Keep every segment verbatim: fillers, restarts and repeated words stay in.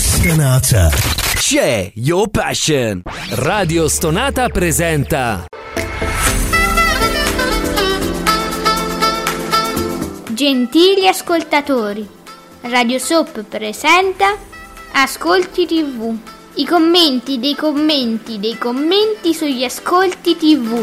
Stonata. C'è Your Passion. Radio Stonata presenta Gentili ascoltatori, Radio Soap presenta Ascolti tivù. I commenti dei commenti dei commenti sugli ascolti tivù.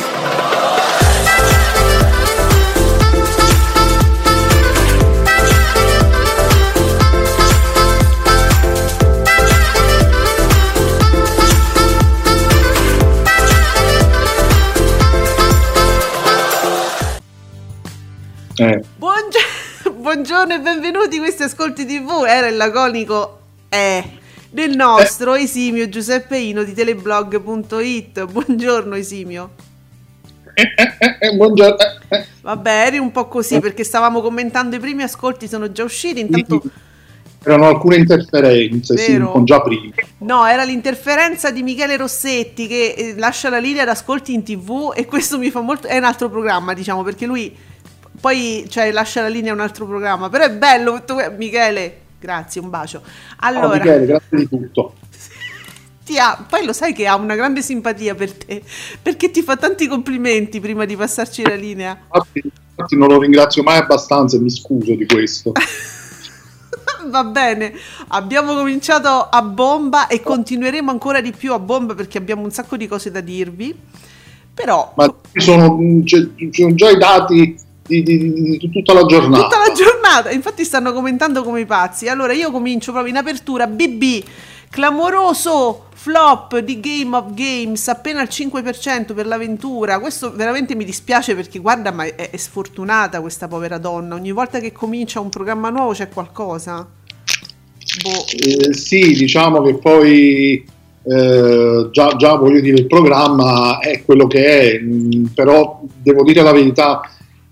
Eh. Buongiorno, buongiorno e benvenuti, questi ascolti tivù. Era il laconico eh, del nostro eh. esimio Giuseppe Ino di teleblog punto it. Buongiorno esimio. Eh, eh, eh, buongiorno. Eh. Vabbè, eri un po' così eh. perché stavamo commentando i primi ascolti, sono già usciti. Intanto erano alcune interferenze, sì, un po' già prima. No, era l'interferenza di Michele Rossetti che eh, lascia la linea ad ascolti in tivù, e questo mi fa molto. È un altro programma, diciamo, perché lui poi cioè lascia la linea a un altro programma, però è bello tutto. Michele, grazie, un bacio. Allora, oh, Michele, grazie di tutto. Ti ha, poi lo sai che ha una grande simpatia per te, perché ti fa tanti complimenti prima di passarci la linea. Infatti, infatti non lo ringrazio mai abbastanza e mi scuso di questo. Va bene, abbiamo cominciato a bomba e continueremo ancora di più a bomba perché abbiamo un sacco di cose da dirvi. Però ma ci sono, ci sono già i dati Di, di, di tutta la giornata. Tutta la giornata, infatti stanno commentando come i pazzi. Allora io comincio proprio in apertura. B B, clamoroso flop di Game of Games, appena al cinque per cento per l'avventura. Questo veramente mi dispiace perché guarda, ma è, è sfortunata questa povera donna. Ogni volta che comincia un programma nuovo c'è qualcosa. Boh. Eh, sì, diciamo che poi eh, già, già voglio dire, il programma è quello che è, mh, però devo dire la verità.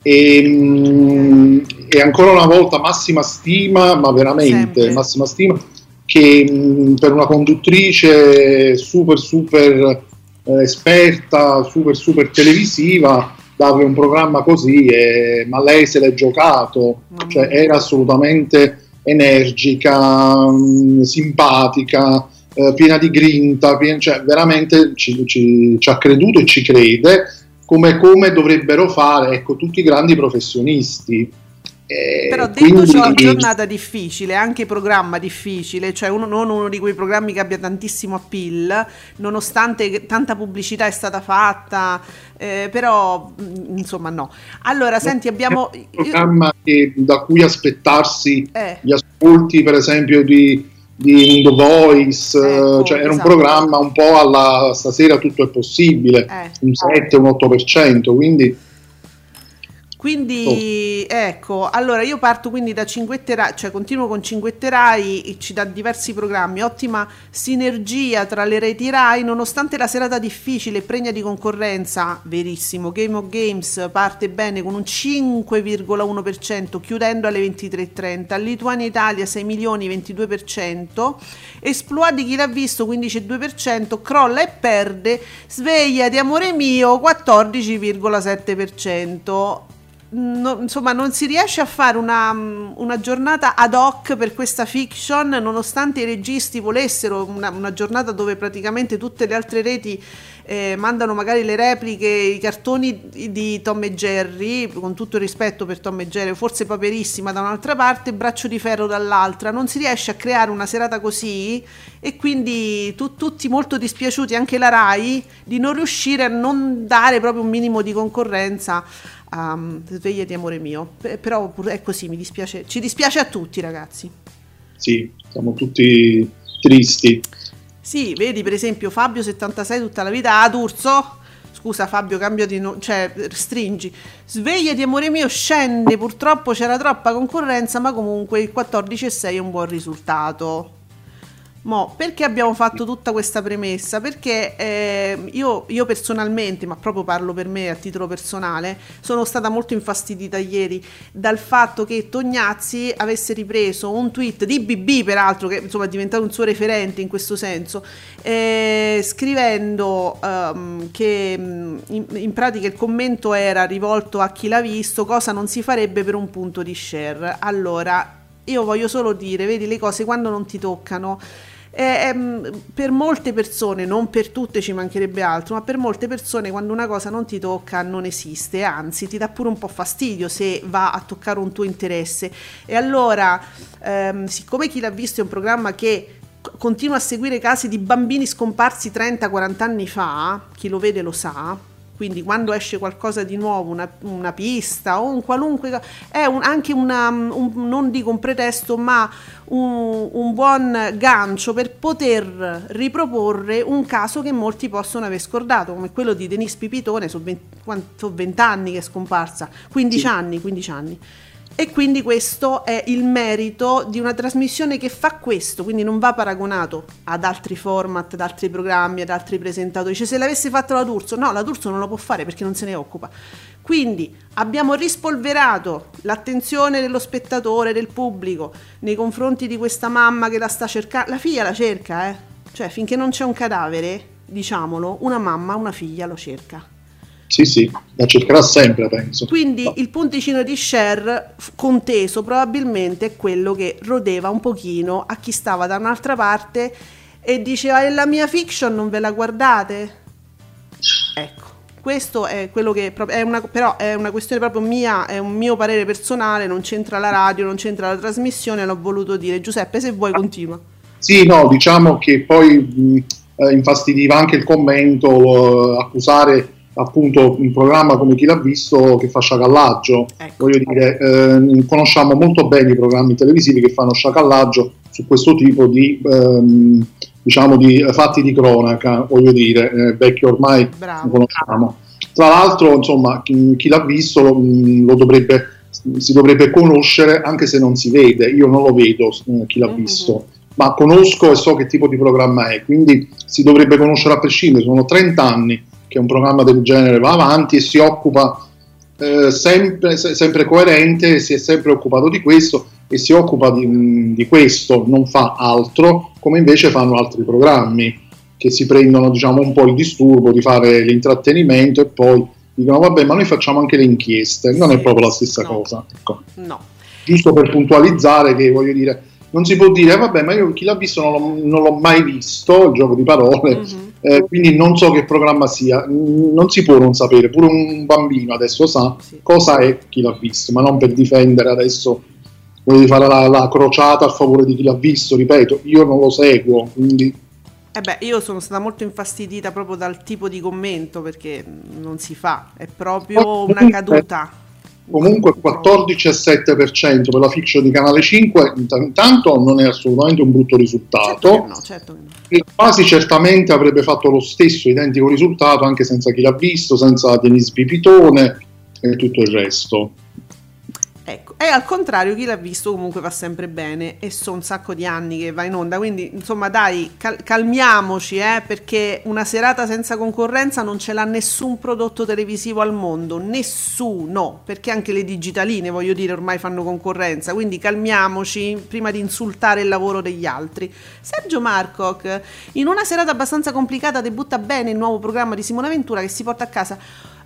E, e ancora una volta massima stima, ma veramente Sempre. massima stima, che mh, per una conduttrice super super eh, esperta, super super televisiva, dare un programma così, eh, ma lei se l'è giocato, mm. cioè era assolutamente energica, mh, simpatica, eh, piena di grinta, piena, cioè veramente ci, ci, ci ha creduto e ci crede. Come, come dovrebbero fare, ecco, tutti i grandi professionisti. Eh, Però detto quindi ciò, giornata difficile, anche programma difficile, cioè uno, non uno di quei programmi che abbia tantissimo appeal, nonostante tanta pubblicità è stata fatta, eh, però insomma no. Allora, senti, abbiamo un programma che, da cui aspettarsi eh. gli ascolti, per esempio, di di The Voice, ecco, cioè era esatto. un programma un po' alla stasera tutto è possibile, eh. un sette, un otto per cento, quindi Quindi oh. ecco, allora io parto quindi da Cinguetterai, cioè continuo con Cinguetterai, ci dà diversi programmi, ottima sinergia tra le reti Rai, nonostante la serata difficile e pregna di concorrenza, verissimo. Game of Games parte bene con un cinque virgola uno per cento, chiudendo alle ventitré e trenta, Lituania Italia sei milioni, ventidue per cento, Esploit di chi l'ha visto quindici virgola due per cento, crolla e perde Svegliati amore mio quattordici virgola sette per cento. No, insomma non si riesce a fare una, una giornata ad hoc per questa fiction, nonostante i registi volessero una, una giornata dove praticamente tutte le altre reti eh, mandano magari le repliche, i cartoni di Tom e Jerry, con tutto il rispetto per Tom e Jerry, forse Paperissima da un'altra parte, Braccio di ferro dall'altra. Non si riesce a creare una serata così e quindi tu, tutti molto dispiaciuti, anche la Rai, di non riuscire a non dare proprio un minimo di concorrenza. Um, svegliati amore mio, P- però è così, mi dispiace, ci dispiace a tutti ragazzi. Sì, siamo tutti tristi. Sì, vedi per esempio Fabio settantasei tutta la vita, ah D'Urso, scusa Fabio, cambio di no- cioè stringi, svegliati amore mio, scende, purtroppo c'era troppa concorrenza, ma comunque il quattordici virgola sei è un buon risultato. Mo, perché abbiamo fatto tutta questa premessa? Perché eh, io, io personalmente, ma proprio parlo per me a titolo personale, sono stata molto infastidita ieri dal fatto che Tognazzi avesse ripreso un tweet di B B, peraltro, che insomma è diventato un suo referente in questo senso, eh, scrivendo um, che in, in pratica il commento era rivolto a chi l'ha visto, cosa non si farebbe per un punto di share. Allora, io voglio solo dire, vedi, le cose quando non ti toccano, eh, ehm, per molte persone, non per tutte, ci mancherebbe altro, ma per molte persone quando una cosa non ti tocca non esiste, anzi ti dà pure un po' fastidio se va a toccare un tuo interesse. E allora, ehm, siccome Chi l'ha visto è un programma che continua a seguire casi di bambini scomparsi trenta quaranta anni fa, chi lo vede lo sa, quindi quando esce qualcosa di nuovo, una, una pista o un qualunque, è un, anche una, un, non dico un pretesto, ma un, un buon gancio per poter riproporre un caso che molti possono aver scordato, come quello di Denise Pipitone, sono venti anni che è scomparsa, quindici anni, quindici anni. E quindi questo è il merito di una trasmissione che fa questo, quindi non va paragonato ad altri format, ad altri programmi, ad altri presentatori. Cioè, se l'avesse fatto la D'Urso, no, la D'Urso non lo può fare perché non se ne occupa. Quindi abbiamo rispolverato l'attenzione dello spettatore, del pubblico, nei confronti di questa mamma che la sta cercando. La figlia la cerca, eh. Cioè, finché non c'è un cadavere, diciamolo, una mamma, una figlia lo cerca. Sì, sì, la cercherà sempre, penso. Quindi no. Il punticino di share conteso probabilmente è quello che rodeva un pochino a chi stava da un'altra parte e diceva: è la mia fiction, non ve la guardate? Ecco, questo è quello che è una, però è una questione proprio mia, è un mio parere personale, non c'entra la radio, non c'entra la trasmissione, l'ho voluto dire. Giuseppe, se vuoi continua. Sì, no, diciamo che poi mh, eh, infastidiva anche il commento, eh, accusare appunto un programma come Chi l'ha visto che fa sciacallaggio. Ecco. Voglio dire, eh, conosciamo molto bene i programmi televisivi che fanno sciacallaggio su questo tipo di ehm, diciamo di fatti di cronaca, voglio dire, eh, vecchio ormai lo conosciamo. Tra l'altro, insomma, chi, chi l'ha visto lo, lo dovrebbe si dovrebbe conoscere, anche se non si vede. Io non lo vedo, eh, Chi l'ha mm-hmm. visto, ma conosco e so che tipo di programma è, quindi si dovrebbe conoscere a prescindere. Sono trenta anni che un programma del genere va avanti e si occupa eh, sempre, se, sempre coerente, si è sempre occupato di questo e si occupa di, di questo, non fa altro, come invece fanno altri programmi che si prendono, diciamo, un po' il disturbo di fare l'intrattenimento e poi dicono vabbè, ma noi facciamo anche le inchieste. Non è proprio la stessa no. cosa, ecco. No. Giusto per puntualizzare che, voglio dire, non si può dire vabbè, ma io Chi l'ha visto non l'ho, non l'ho mai visto, il gioco di parole, mm-hmm. eh, quindi non so che programma sia. Non si può non sapere, pure un bambino adesso sa sì. cosa è Chi l'ha visto, ma non per difendere adesso, voglio fare la, la crociata a favore di Chi l'ha visto. Ripeto, io non lo seguo, quindi eh beh, io sono stata molto infastidita proprio dal tipo di commento, perché non si fa, è proprio una caduta. Comunque quattordici virgola sette per cento per la fiction di Canale cinque intanto non è assolutamente un brutto risultato. Certo che no, certo che no. E quasi certamente avrebbe fatto lo stesso identico risultato anche senza Chi l'ha visto, senza Denise Pipitone e tutto il resto. Ecco, e al contrario Chi l'ha visto comunque va sempre bene e sono un sacco di anni che va in onda, quindi insomma dai, cal- calmiamoci, eh, perché una serata senza concorrenza non ce l'ha nessun prodotto televisivo al mondo, nessuno, perché anche le digitaline, voglio dire, ormai fanno concorrenza, quindi calmiamoci prima di insultare il lavoro degli altri. Sergio Marcoc, in una serata abbastanza complicata, debutta bene il nuovo programma di Simona Ventura che si porta a casa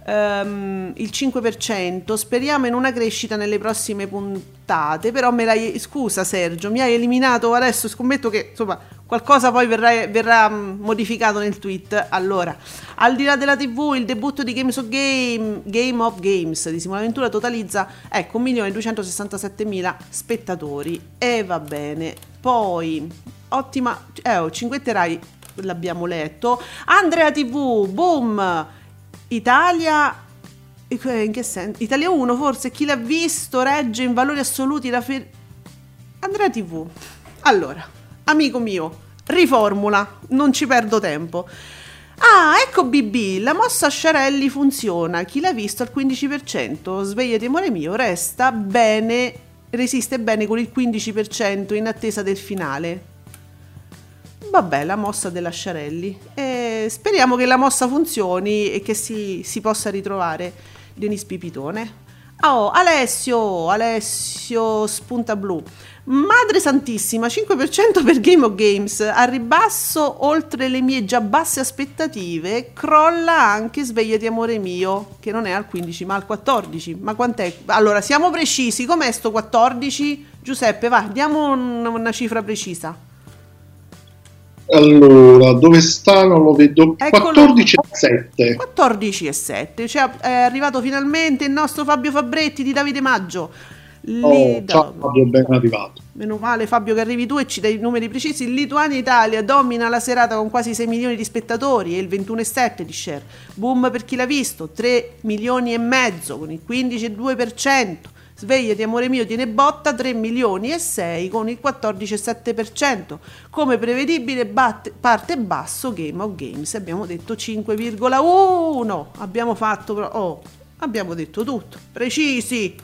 Um, il cinque per cento, speriamo in una crescita nelle prossime puntate, però me l'hai, scusa Sergio, mi hai eliminato adesso, scommetto che insomma qualcosa poi verrà, verrà modificato nel tweet. Allora, al di là della tivù, il debutto di Games of Game, Game of Games di Simona Ventura totalizza ecco un milione duecentosessantasettemila spettatori e va bene. Poi ottima, eh, oh, cinquetterai, l'abbiamo letto. Andrea tivù, boom, Italia, in che senso? Italia uno forse, Chi l'ha visto regge in valori assoluti la fer- Andrea tivù. Allora, amico mio, riformula, non ci perdo tempo. Ah, ecco B B, la mossa Sciarelli funziona, Chi l'ha visto al quindici per cento, svegliati amore mio, resta bene, resiste bene con il quindici per cento in attesa del finale. Vabbè, la mossa della Sciarelli. E speriamo che la mossa funzioni e che si, si possa ritrovare Denise Pipitone. Oh, Alessio, Alessio spunta blu. Madre santissima, cinque per cento per Game of Games. A ribasso, oltre le mie già basse aspettative, crolla anche Svegliati amore mio, che non è al quindici ma al quattordici. Ma quant'è? Allora, siamo precisi, com'è sto quattordici? Giuseppe, va, diamo un, una cifra precisa. Allora, dove sta? Non lo vedo. Eccolo. quattordici e sette. quattordici e sette, cioè è arrivato finalmente il nostro Fabio Fabretti di Davide Maggio. Oh, ciao Fabio, ben arrivato. Meno male Fabio che arrivi tu e ci dai i numeri precisi. Lituania Italia domina la serata con quasi sei milioni di spettatori e il ventuno virgola sette di share. Boom per chi l'ha visto, tre milioni e mezzo con il quindici virgola due per cento. Svegliati amore mio tiene botta, tre milioni e sei con il quattordici virgola sette per cento. Come prevedibile batte, parte basso Game of Games, abbiamo detto cinque virgola uno. Abbiamo fatto oh, abbiamo detto tutto, precisi.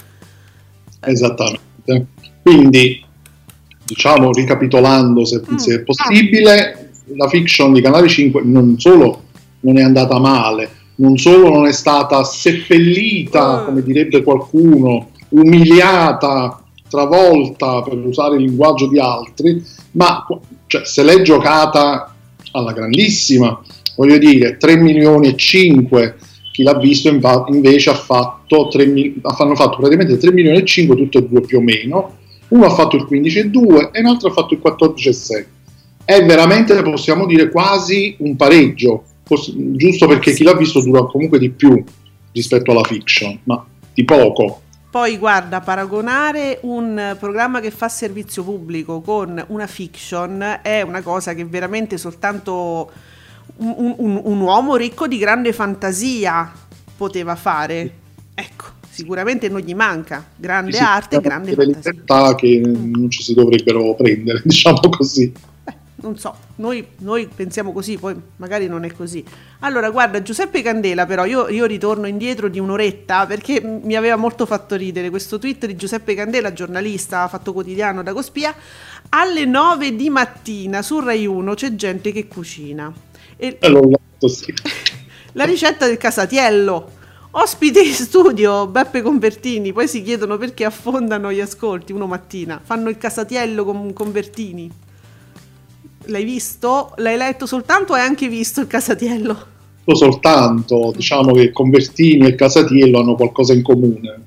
Esattamente. Quindi, diciamo, ricapitolando se, mm. se è possibile, la fiction di Canale cinque non solo non è andata male, non solo non è stata seppellita, mm. come direbbe qualcuno, umiliata, travolta, per usare il linguaggio di altri, ma cioè, se l'è giocata alla grandissima. Voglio dire, tre milioni e cinque. Chi l'ha visto invece ha fatto tre, hanno fatto praticamente tre milioni e cinque, tutte e due più o meno. Uno ha fatto il quindici virgola due e un altro ha fatto il quattordici virgola sette. È veramente, possiamo dire, quasi un pareggio, giusto perché chi l'ha visto dura comunque di più rispetto alla fiction, ma di poco. Poi guarda, paragonare un programma che fa servizio pubblico con una fiction è una cosa che veramente soltanto Un, un, un uomo ricco di grande fantasia poteva fare. Ecco, sicuramente non gli manca grande sì, arte e grande fantasia. Libertà che non ci si dovrebbero prendere, diciamo così. Beh, non so, noi, noi pensiamo così, poi magari non è così. Allora, guarda, Giuseppe Candela, però io, io ritorno indietro di un'oretta perché mi aveva molto fatto ridere questo tweet di Giuseppe Candela, giornalista, Fatto Quotidiano da Cospia. Alle nove di mattina su Rai uno c'è gente che cucina. E letto, sì. La ricetta del casatiello. Ospite in studio Beppe Convertini. Poi si chiedono perché affondano gli ascolti uno mattina. Fanno il casatiello con Convertini. L'hai visto? L'hai letto soltanto o hai anche visto il casatiello? Soltanto, diciamo che Convertini e il casatiello hanno qualcosa in comune.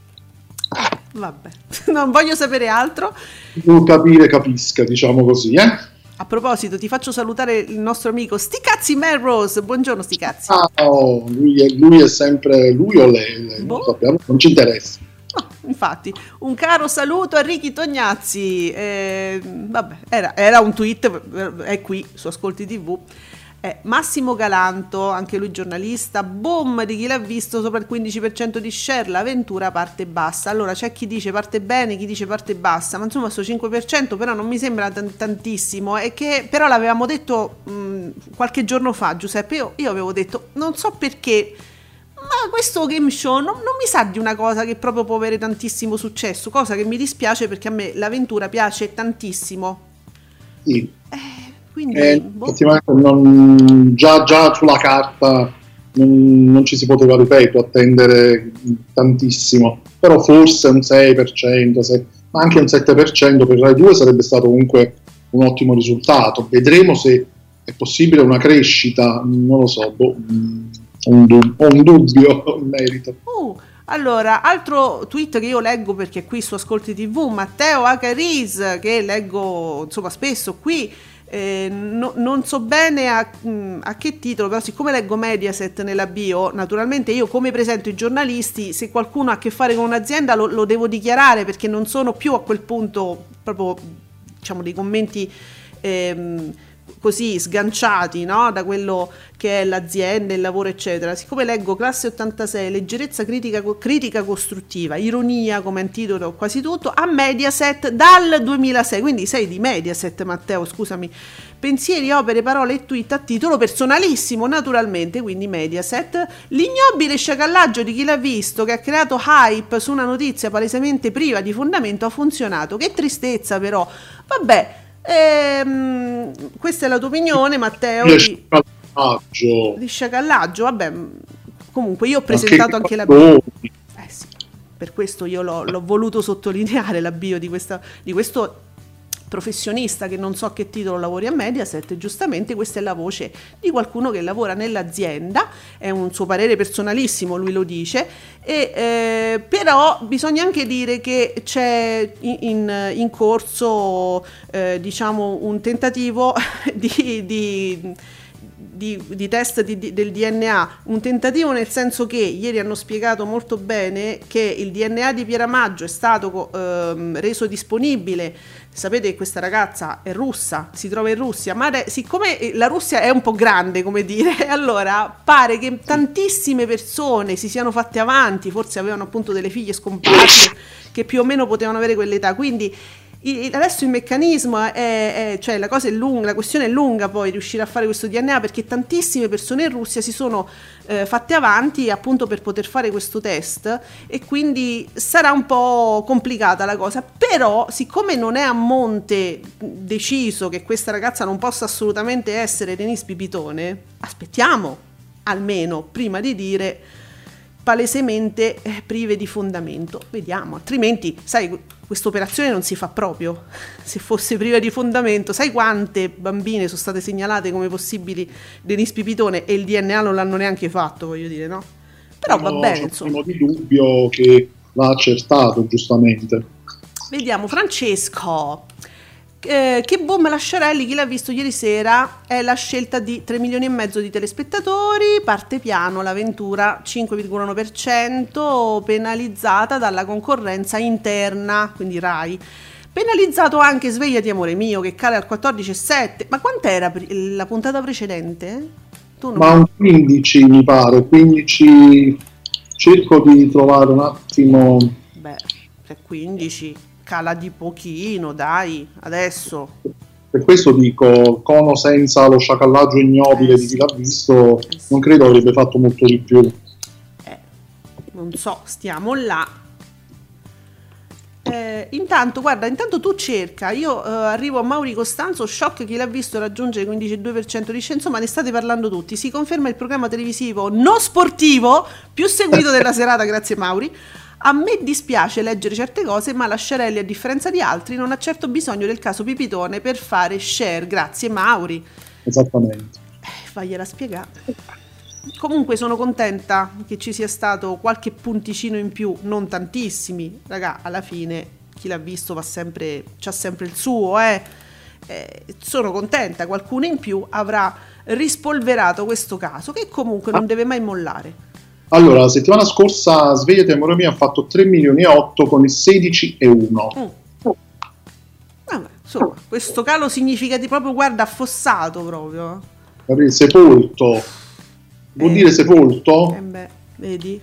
Vabbè, non voglio sapere altro. Devo capire, capisca, diciamo così, eh? A proposito, ti faccio salutare il nostro amico Sticazzi Melrose. Buongiorno Sticazzi. Oh, lui, è, lui è sempre lui o lei, lei boh. Non sappiamo, non ci interessa. No, infatti, un caro saluto a Ricky Tognazzi. Eh, vabbè, era, era un tweet, è qui su Ascolti tivù. Eh, Massimo Galanto, anche lui giornalista, boom di chi l'ha visto, sopra il quindici per cento di share, l'avventura parte bassa. Allora c'è chi dice parte bene, chi dice parte bassa, ma insomma sto cinque per cento però non mi sembra t- tantissimo, e che però l'avevamo detto mh, qualche giorno fa, Giuseppe, io, io avevo detto, non so perché, ma questo game show non, non mi sa di una cosa che proprio può avere tantissimo successo, cosa che mi dispiace perché a me l'avventura piace tantissimo. Sì. Eh, Quindi, eh, boh. non, già, già sulla carta non, non ci si poteva, ripeto, attendere tantissimo, però forse un sei per cento, sei, ma anche un sette per cento per Rai due sarebbe stato comunque un ottimo risultato. Vedremo se è possibile una crescita, non lo so, boh, ho un, dub- ho un dubbio in merito. Uh. Allora, altro tweet che io leggo perché qui su Ascolti tivù, Matteo Acaris, che leggo insomma spesso qui, eh, no, non so bene a, a che titolo, però siccome leggo Mediaset nella bio, naturalmente io come presento i giornalisti, se qualcuno ha a che fare con un'azienda lo, lo devo dichiarare, perché non sono più a quel punto proprio, diciamo, dei commenti ehm, così sganciati, no? Da quello che è l'azienda, il lavoro eccetera. Siccome leggo Classe ottantasei, leggerezza critica, critica costruttiva, ironia come antidolo quasi tutto, a Mediaset dal duemilasei, quindi sei di Mediaset, Matteo, scusami. Pensieri, opere, parole e tweet a titolo personalissimo, naturalmente, quindi Mediaset. L'ignobile sciacallaggio di chi l'ha visto, che ha creato hype su una notizia palesemente priva di fondamento, ha funzionato. Che tristezza però. Vabbè, Ehm, questa è la tua opinione, Matteo, di sciacallaggio. di sciacallaggio. Vabbè, comunque io ho presentato anche la bio, eh sì, per questo io l'ho, l'ho voluto sottolineare, la bio di, questa, di questo professionista che non so a che titolo lavori a Mediaset, giustamente questa è la voce di qualcuno che lavora nell'azienda, è un suo parere personalissimo, lui lo dice, e, eh, però bisogna anche dire che c'è in, in, in corso eh, diciamo un tentativo di, di Di, di test di, di, del D N A, un tentativo nel senso che ieri hanno spiegato molto bene che il D N A di Pieramaggio è stato ehm, reso disponibile. Sapete che questa ragazza è russa, si trova in Russia, ma re, siccome la Russia è un po' grande, come dire, allora pare che tantissime persone si siano fatte avanti, forse avevano appunto delle figlie scomparse che più o meno potevano avere quell'età, quindi adesso il meccanismo è, è cioè la cosa è lunga, la questione è lunga poi riuscire a fare questo D N A, perché tantissime persone in Russia si sono eh, fatte avanti appunto per poter fare questo test, e quindi sarà un po' complicata la cosa, però siccome non è a monte deciso che questa ragazza non possa assolutamente essere Denise Pipitone, aspettiamo almeno prima di dire palesemente eh, prive di fondamento, vediamo, altrimenti sai questa operazione non si fa proprio se fosse priva di fondamento. Sai quante bambine sono state segnalate come possibili Denise Pipitone e il D N A non l'hanno neanche fatto, voglio dire, no? Però no, va bene, insomma. Non ho di dubbio che l'ha accertato, giustamente. Vediamo, Francesco. Eh, che boom Lasciarelli, chi l'ha visto ieri sera, è la scelta di tre milioni e mezzo di telespettatori, parte piano l'avventura cinque virgola uno per cento, penalizzata dalla concorrenza interna, quindi Rai. Penalizzato anche Svegliati amore mio, che cala al quattordici virgola sette. Ma quant'era la puntata precedente? Tu non Ma un quindici mi pare, quindici, cerco di trovare un attimo. Beh, per quindici cala di pochino, dai, adesso. Per questo dico, Cono senza lo sciacallaggio ignobile eh, di chi l'ha visto, eh, non credo avrebbe fatto molto di più. Eh, non so, stiamo là. Eh, intanto, guarda, intanto tu cerca, io eh, arrivo a Mauri Costanzo, shock, chi l'ha visto raggiunge il quindici virgola due per cento di scenso, insomma ne state parlando tutti, si conferma il programma televisivo non sportivo più seguito della serata, grazie Mauri. A me dispiace leggere certe cose, ma Lasciarelli, a differenza di altri, non ha certo bisogno del caso Pipitone per fare share. Grazie Mauri. Esattamente. Eh, fagliela spiegare. Comunque sono contenta che ci sia stato qualche punticino in più, non tantissimi. Raga, alla fine chi l'ha visto va sempre, c'ha sempre il suo, eh. Eh, sono contenta, qualcuno in più avrà rispolverato questo caso, che comunque non deve mai mollare. Allora, la settimana scorsa Svegliati amore mio ha fatto tre milioni e otto con il sedici virgola uno. Mm. Vabbè, insomma, questo calo significativo, proprio, guarda, affossato proprio. Sepolto. Vuol eh, dire sepolto? Eh beh, vedi?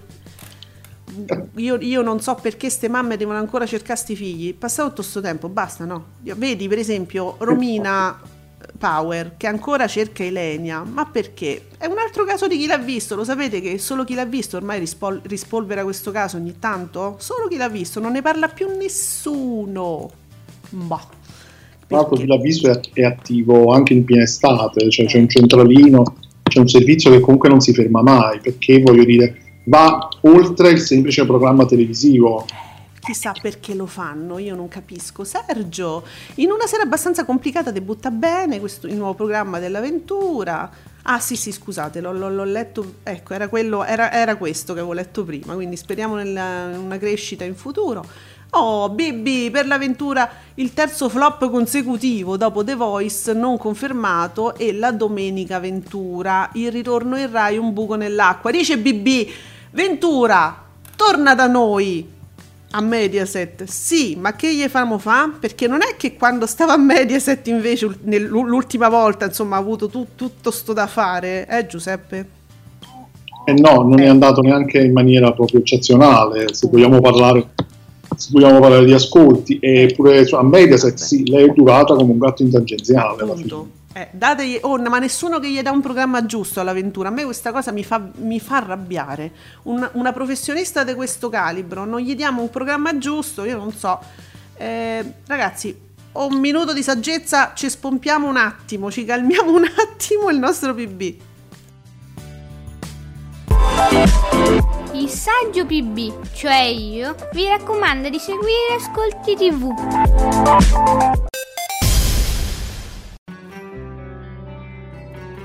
Io, io non so perché ste mamme devono ancora cercare sti figli. È passato tutto sto tempo, basta, no? Vedi, per esempio, Romina Power che ancora cerca Ilenia, ma perché? È un altro caso di chi l'ha visto, lo sapete che solo chi l'ha visto ormai rispol- rispolvera questo caso ogni tanto? Solo chi l'ha visto, non ne parla più nessuno. Boh. Tra l'altro chi l'ha visto è, è attivo anche in piena estate, cioè eh. c'è un centralino, c'è un servizio che comunque non si ferma mai, perché voglio dire va oltre il semplice programma televisivo. Chissà perché lo fanno, io non capisco. Sergio, in una sera abbastanza complicata debutta bene questo, il nuovo programma dell'avventura. Ah sì sì, scusate, l'ho, l'ho, l'ho letto, ecco, era, quello, era, era questo che avevo letto prima, quindi speriamo nella, in una crescita in futuro. Oh, Bibi, per l'avventura il terzo flop consecutivo dopo The Voice non confermato e la domenica Ventura, il ritorno in Rai un buco nell'acqua. Dice Bibi, Ventura, torna da noi. A Mediaset, sì, ma che gli famo fa? Perché non è che quando stava a Mediaset invece l'ultima volta insomma ha avuto tu, tutto sto da fare, eh Giuseppe? Eh no, non è andato neanche in maniera proprio eccezionale, se vogliamo parlare, se vogliamo parlare di ascolti, eppure a Mediaset sì, lei è durata come un gatto in tangenziale alla fine. Eh, dategli, oh, ma nessuno che gli dà un programma giusto all'avventura. A me questa cosa mi fa, mi fa arrabbiare. Un, una professionista di questo calibro, non gli diamo un programma giusto, io non so. Eh, ragazzi, ho un minuto di saggezza, ci spompiamo un attimo, ci calmiamo un attimo il nostro P B. Il saggio P B, cioè io, vi raccomando di seguire Ascolti tivù.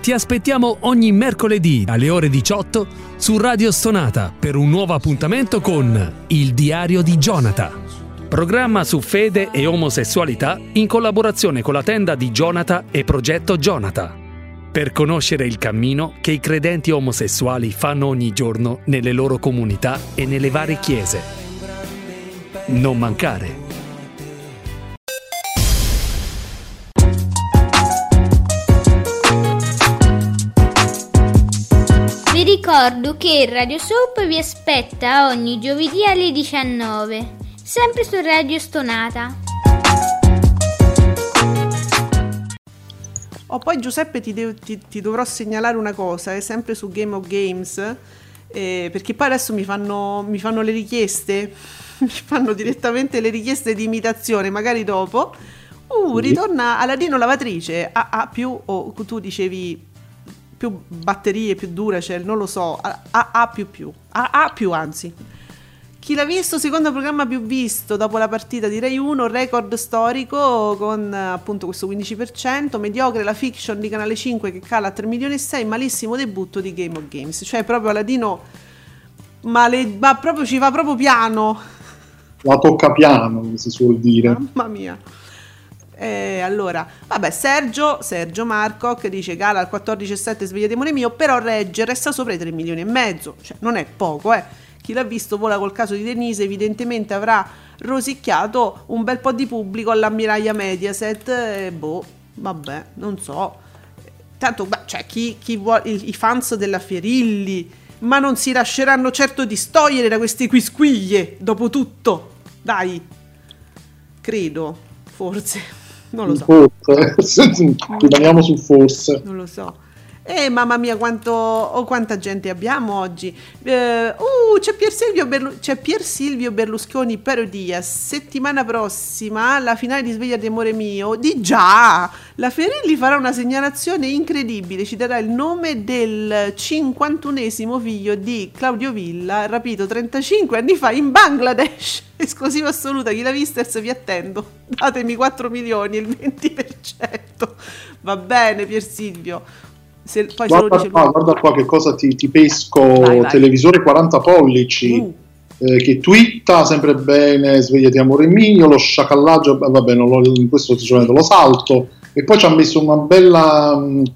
Ti aspettiamo ogni mercoledì alle ore diciotto su Radio Stonata per un nuovo appuntamento con Il Diario di Jonathan, programma su fede e omosessualità in collaborazione con la tenda di Jonathan e Progetto Jonathan, per conoscere il cammino che i credenti omosessuali fanno ogni giorno nelle loro comunità e nelle varie chiese. Non mancare! Vi ricordo che Radio Soap vi aspetta ogni giovedì alle diciannove, sempre su Radio Stonata. Oh, poi Giuseppe ti, devo, ti, ti dovrò segnalare una cosa, è sempre su Game of Games, eh, perché poi adesso mi fanno, mi fanno le richieste, mi fanno direttamente le richieste di imitazione, magari dopo. Uh, ritorna Aladino lavatrice, A A più, o tu dicevi più batterie, più Duracell, non lo so, A A più più, A A più anzi. Chi l'ha visto? Secondo programma più visto dopo la partita di Rai uno, record storico con appunto questo quindici per cento, mediocre la fiction di Canale cinque che cala a tre milioni e sei, malissimo debutto di Game of Games, cioè proprio Aladino, ma, le, ma proprio ci va proprio piano. La tocca piano, come si suol dire. Mamma mia. Eh, allora, vabbè, Sergio, Sergio Marco che dice cala al quattordici virgola sette, sveglia demone mio, però regge, resta sopra i tre milioni e mezzo, cioè non è poco, eh. Chi l'ha visto vola col caso di Denise, evidentemente avrà rosicchiato un bel po' di pubblico all'ammiraglia Mediaset, e boh, vabbè, non so. Tanto, beh, cioè, chi, chi vuole, i, i fans della Ferilli, ma non si lasceranno certo distogliere da queste quisquiglie, dopo tutto, dai, credo, forse, non lo so. Forse, rimaniamo su forse. Non lo so. Eh, mamma mia, quanto, oh, quanta gente abbiamo oggi. Eh, uh, c'è Pier Silvio, Berlu- c'è Pier Silvio Berlusconi parodia. Settimana prossima la finale di Sveglia di amore mio. Di già, la Ferilli farà una segnalazione incredibile. Ci darà il nome del cinquantunesimo figlio di Claudio Villa, rapito trentacinque anni fa in Bangladesh. Esclusiva assoluta, chi l'ha vista vi attendo. Datemi quattro milioni, il venti per cento. Va bene, Pier Silvio. Se, poi guarda, se qua, guarda qua che cosa ti, ti pesco. Vai, vai. Televisore quaranta pollici, uh. eh, che twitta sempre bene, svegliati amore mio, lo sciacallaggio, vabbè, non lo, in questo sicuramente lo salto, e poi ci ha messo una bella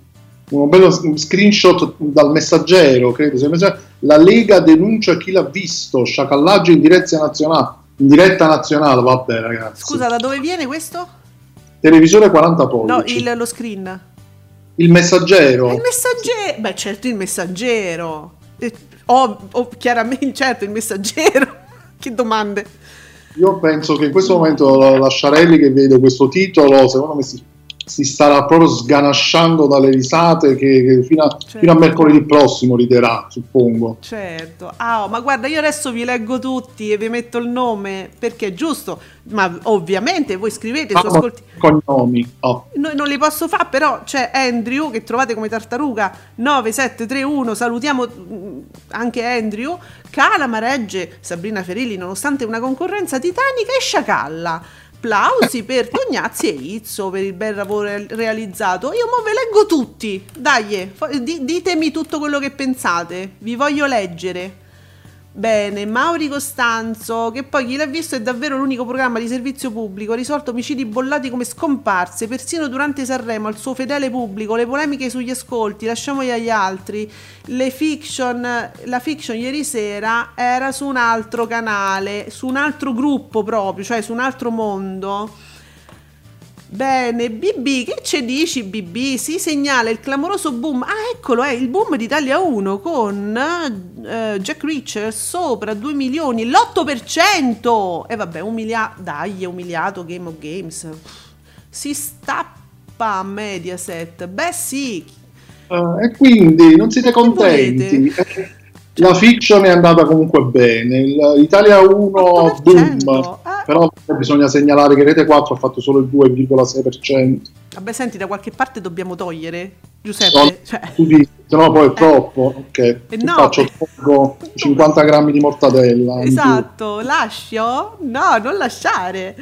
uno bello screenshot dal Messaggero, credo, la Lega denuncia chi l'ha visto, sciacallaggio in diretta nazionale, in diretta nazionale, vabbè ragazzi. Scusa, da dove viene questo? Televisore quaranta pollici. No, il, lo screen. Il Messaggero. Il Messaggero, beh certo il Messaggero, eh, oh, oh, chiaramente certo il Messaggero, che domande. Io penso che in questo momento la, la Sciarelli che vede questo titolo, secondo me si, si starà proprio sganasciando dalle risate che, che fino, a, certo. fino a mercoledì prossimo riderà, suppongo. Certo, ah, oh, ma guarda, io adesso vi leggo tutti e vi metto il nome, perché è giusto, ma ovviamente voi scrivete ah, su ascolti... cognomi. Oh. No, non li posso fare, però c'è Andrew che trovate come tartaruga nove sette tre uno, salutiamo anche Andrew. Calama regge Sabrina Ferilli nonostante una concorrenza titanica e sciacalla. Applausi per Tognazzi e Izzo per il bel lavoro realizzato. Io mo ve leggo tutti, dai, ditemi tutto quello che pensate, vi voglio leggere. Bene, Mauri Costanzo, che poi chi l'ha visto è davvero l'unico programma di servizio pubblico, ha risolto omicidi bollati come scomparse, persino durante Sanremo al suo fedele pubblico, le polemiche sugli ascolti, lasciamoli agli altri, le fiction, la fiction ieri sera era su un altro canale, su un altro gruppo proprio, cioè su un altro mondo. Bene, B B, che ci dici B B? Si segnala il clamoroso boom, ah eccolo, è il boom di Italia uno con uh, Jack Reacher sopra due milioni, l'otto per cento! E vabbè, umiliato, dai, è umiliato Game of Games, si stappa a Mediaset, beh sì. Uh, e quindi non siete contenti? La fiction è andata comunque bene, Italia uno boom, eh. Però bisogna segnalare che Rete quattro ha fatto solo il due virgola sei per cento. Vabbè, senti, da qualche parte dobbiamo togliere, Giuseppe. No, cioè. Tu dici, se no poi è eh. troppo, ok, eh no, faccio tolgo cinquanta grammi di mortadella. Esatto, lascio? No, non lasciare.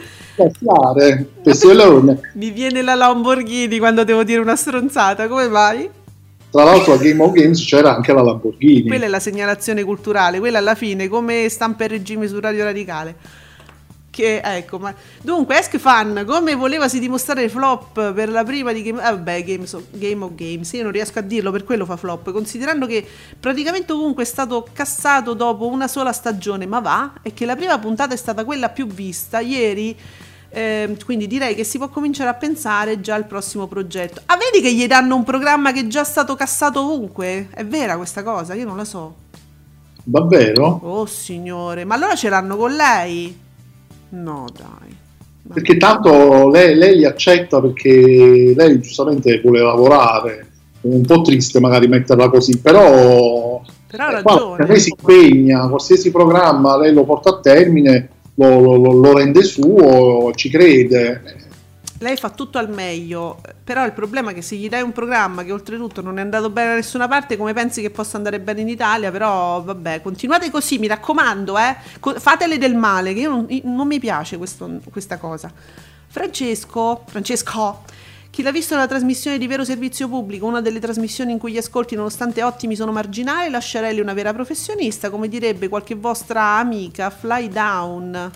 Lasciare, pessolone. Mi viene la Lamborghini quando devo dire una stronzata, come mai? Tra l'altro a Game of Games c'era anche la Lamborghini. Quella è la segnalazione culturale, quella alla fine come stampa il regime su Radio Radicale. Che, ecco, ma dunque Ask Fan, come volevasi dimostrare flop per la prima di Game, eh, vabbè, Games of, Game of Games, io non riesco a dirlo, per quello fa flop, considerando che praticamente ovunque è stato cassato dopo una sola stagione, ma va, e che la prima puntata è stata quella più vista ieri. Eh, quindi direi che si può cominciare a pensare già al prossimo progetto. Ah, vedi che gli danno un programma che è già stato cassato ovunque? È vera questa cosa? Io non la so. Davvero? Oh signore, ma allora ce l'hanno con lei? No dai. Ma perché tanto lei, lei li accetta, perché lei giustamente vuole lavorare. Un po' triste magari metterla così, però, però ha ragione. Lei si impegna, qualsiasi programma lei lo porta a termine. Lo, lo, lo rende suo, ci crede. Lei fa tutto al meglio, però il problema è che se gli dai un programma che oltretutto non è andato bene da nessuna parte, come pensi che possa andare bene in Italia? Però vabbè, continuate così, mi raccomando, eh? Fatele del male, che io non, non mi piace questo, questa cosa. Francesco, Francesco, chi l'ha visto nella trasmissione di Vero Servizio Pubblico, una delle trasmissioni in cui gli ascolti nonostante ottimi sono marginali, lascerelli una vera professionista, come direbbe qualche vostra amica, fly down.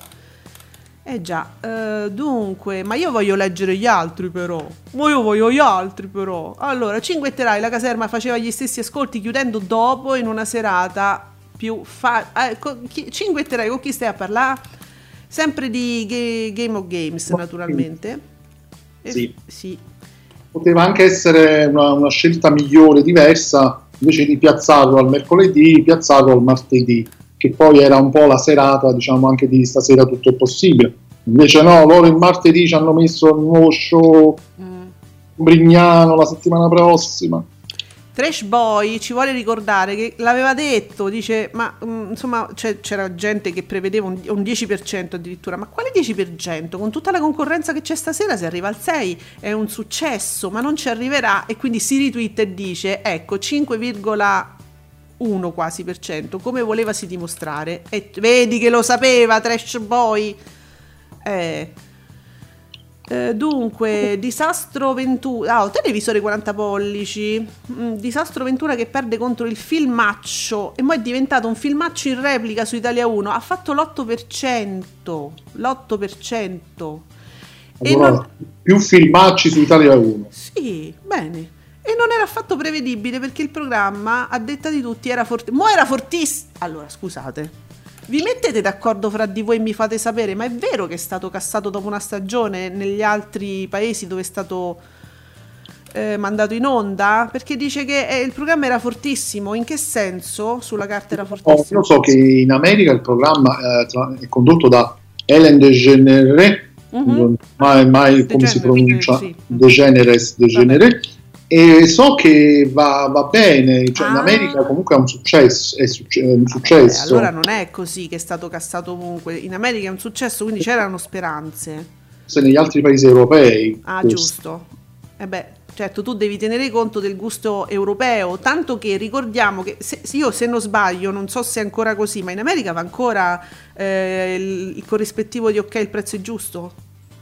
Eh già, eh, dunque, ma io voglio leggere gli altri però, ma io voglio gli altri però. Allora, cinguetterai, la caserma faceva gli stessi ascolti chiudendo dopo in una serata più fa... Eh, con chi... Cinguetterai, con chi stai a parlare? Sempre di G- Game of Games, naturalmente. Sì. Eh, sì. Poteva anche essere una, una scelta migliore, diversa, invece di piazzarlo al mercoledì, piazzarlo al martedì, che poi era un po' la serata, diciamo, anche di stasera tutto è possibile. Invece no, loro il martedì ci hanno messo il nuovo show mm. Brignano la settimana prossima. Trash Boy ci vuole ricordare che l'aveva detto, dice, ma mh, insomma c'è, c'era gente che prevedeva un, un dieci per cento addirittura, ma quale dieci per cento? Con tutta la concorrenza che c'è stasera, se arriva al sei è un successo, ma non ci arriverà, e quindi si ritwitta e dice, ecco, cinque virgola uno quasi per cento, come volevasi dimostrare, e vedi che lo sapeva Trash Boy. Eh... Eh, dunque, Disastro Ventura, ah, televisore quaranta pollici, mm, Disastro Ventura che perde contro il filmaccio e poi è diventato un filmaccio in replica su Italia uno, ha fatto l'otto per cento, l'otto per cento. Allora, e non... più filmacci su Italia uno. Sì, bene. E non era affatto prevedibile, perché il programma, a detta di tutti, era fortissimo. Mo era fortissimo. Allora, scusate. Vi mettete d'accordo fra di voi e mi fate sapere, ma è vero che è stato cassato dopo una stagione negli altri paesi dove è stato eh, mandato in onda? Perché dice che eh, il programma era fortissimo. In che senso? Sulla carta era fortissimo? Oh, io so che in America il programma eh, tra, è condotto da Ellen DeGeneres, mm-hmm. mai, mai come si pronuncia, sì. DeGeneres, DeGeneres. E so che va, va bene, cioè ah. in America comunque è un successo, è, succe- è un successo. Vabbè, allora non è così che è stato cassato ovunque, in America è un successo, quindi c'erano speranze. Se negli altri paesi europei. Ah, questo. Giusto. E eh beh, certo, tu devi tenere conto del gusto europeo, tanto che ricordiamo che, se, io se non sbaglio, non so se è ancora così, ma in America va ancora eh, il, il corrispettivo di Ok, il prezzo è giusto?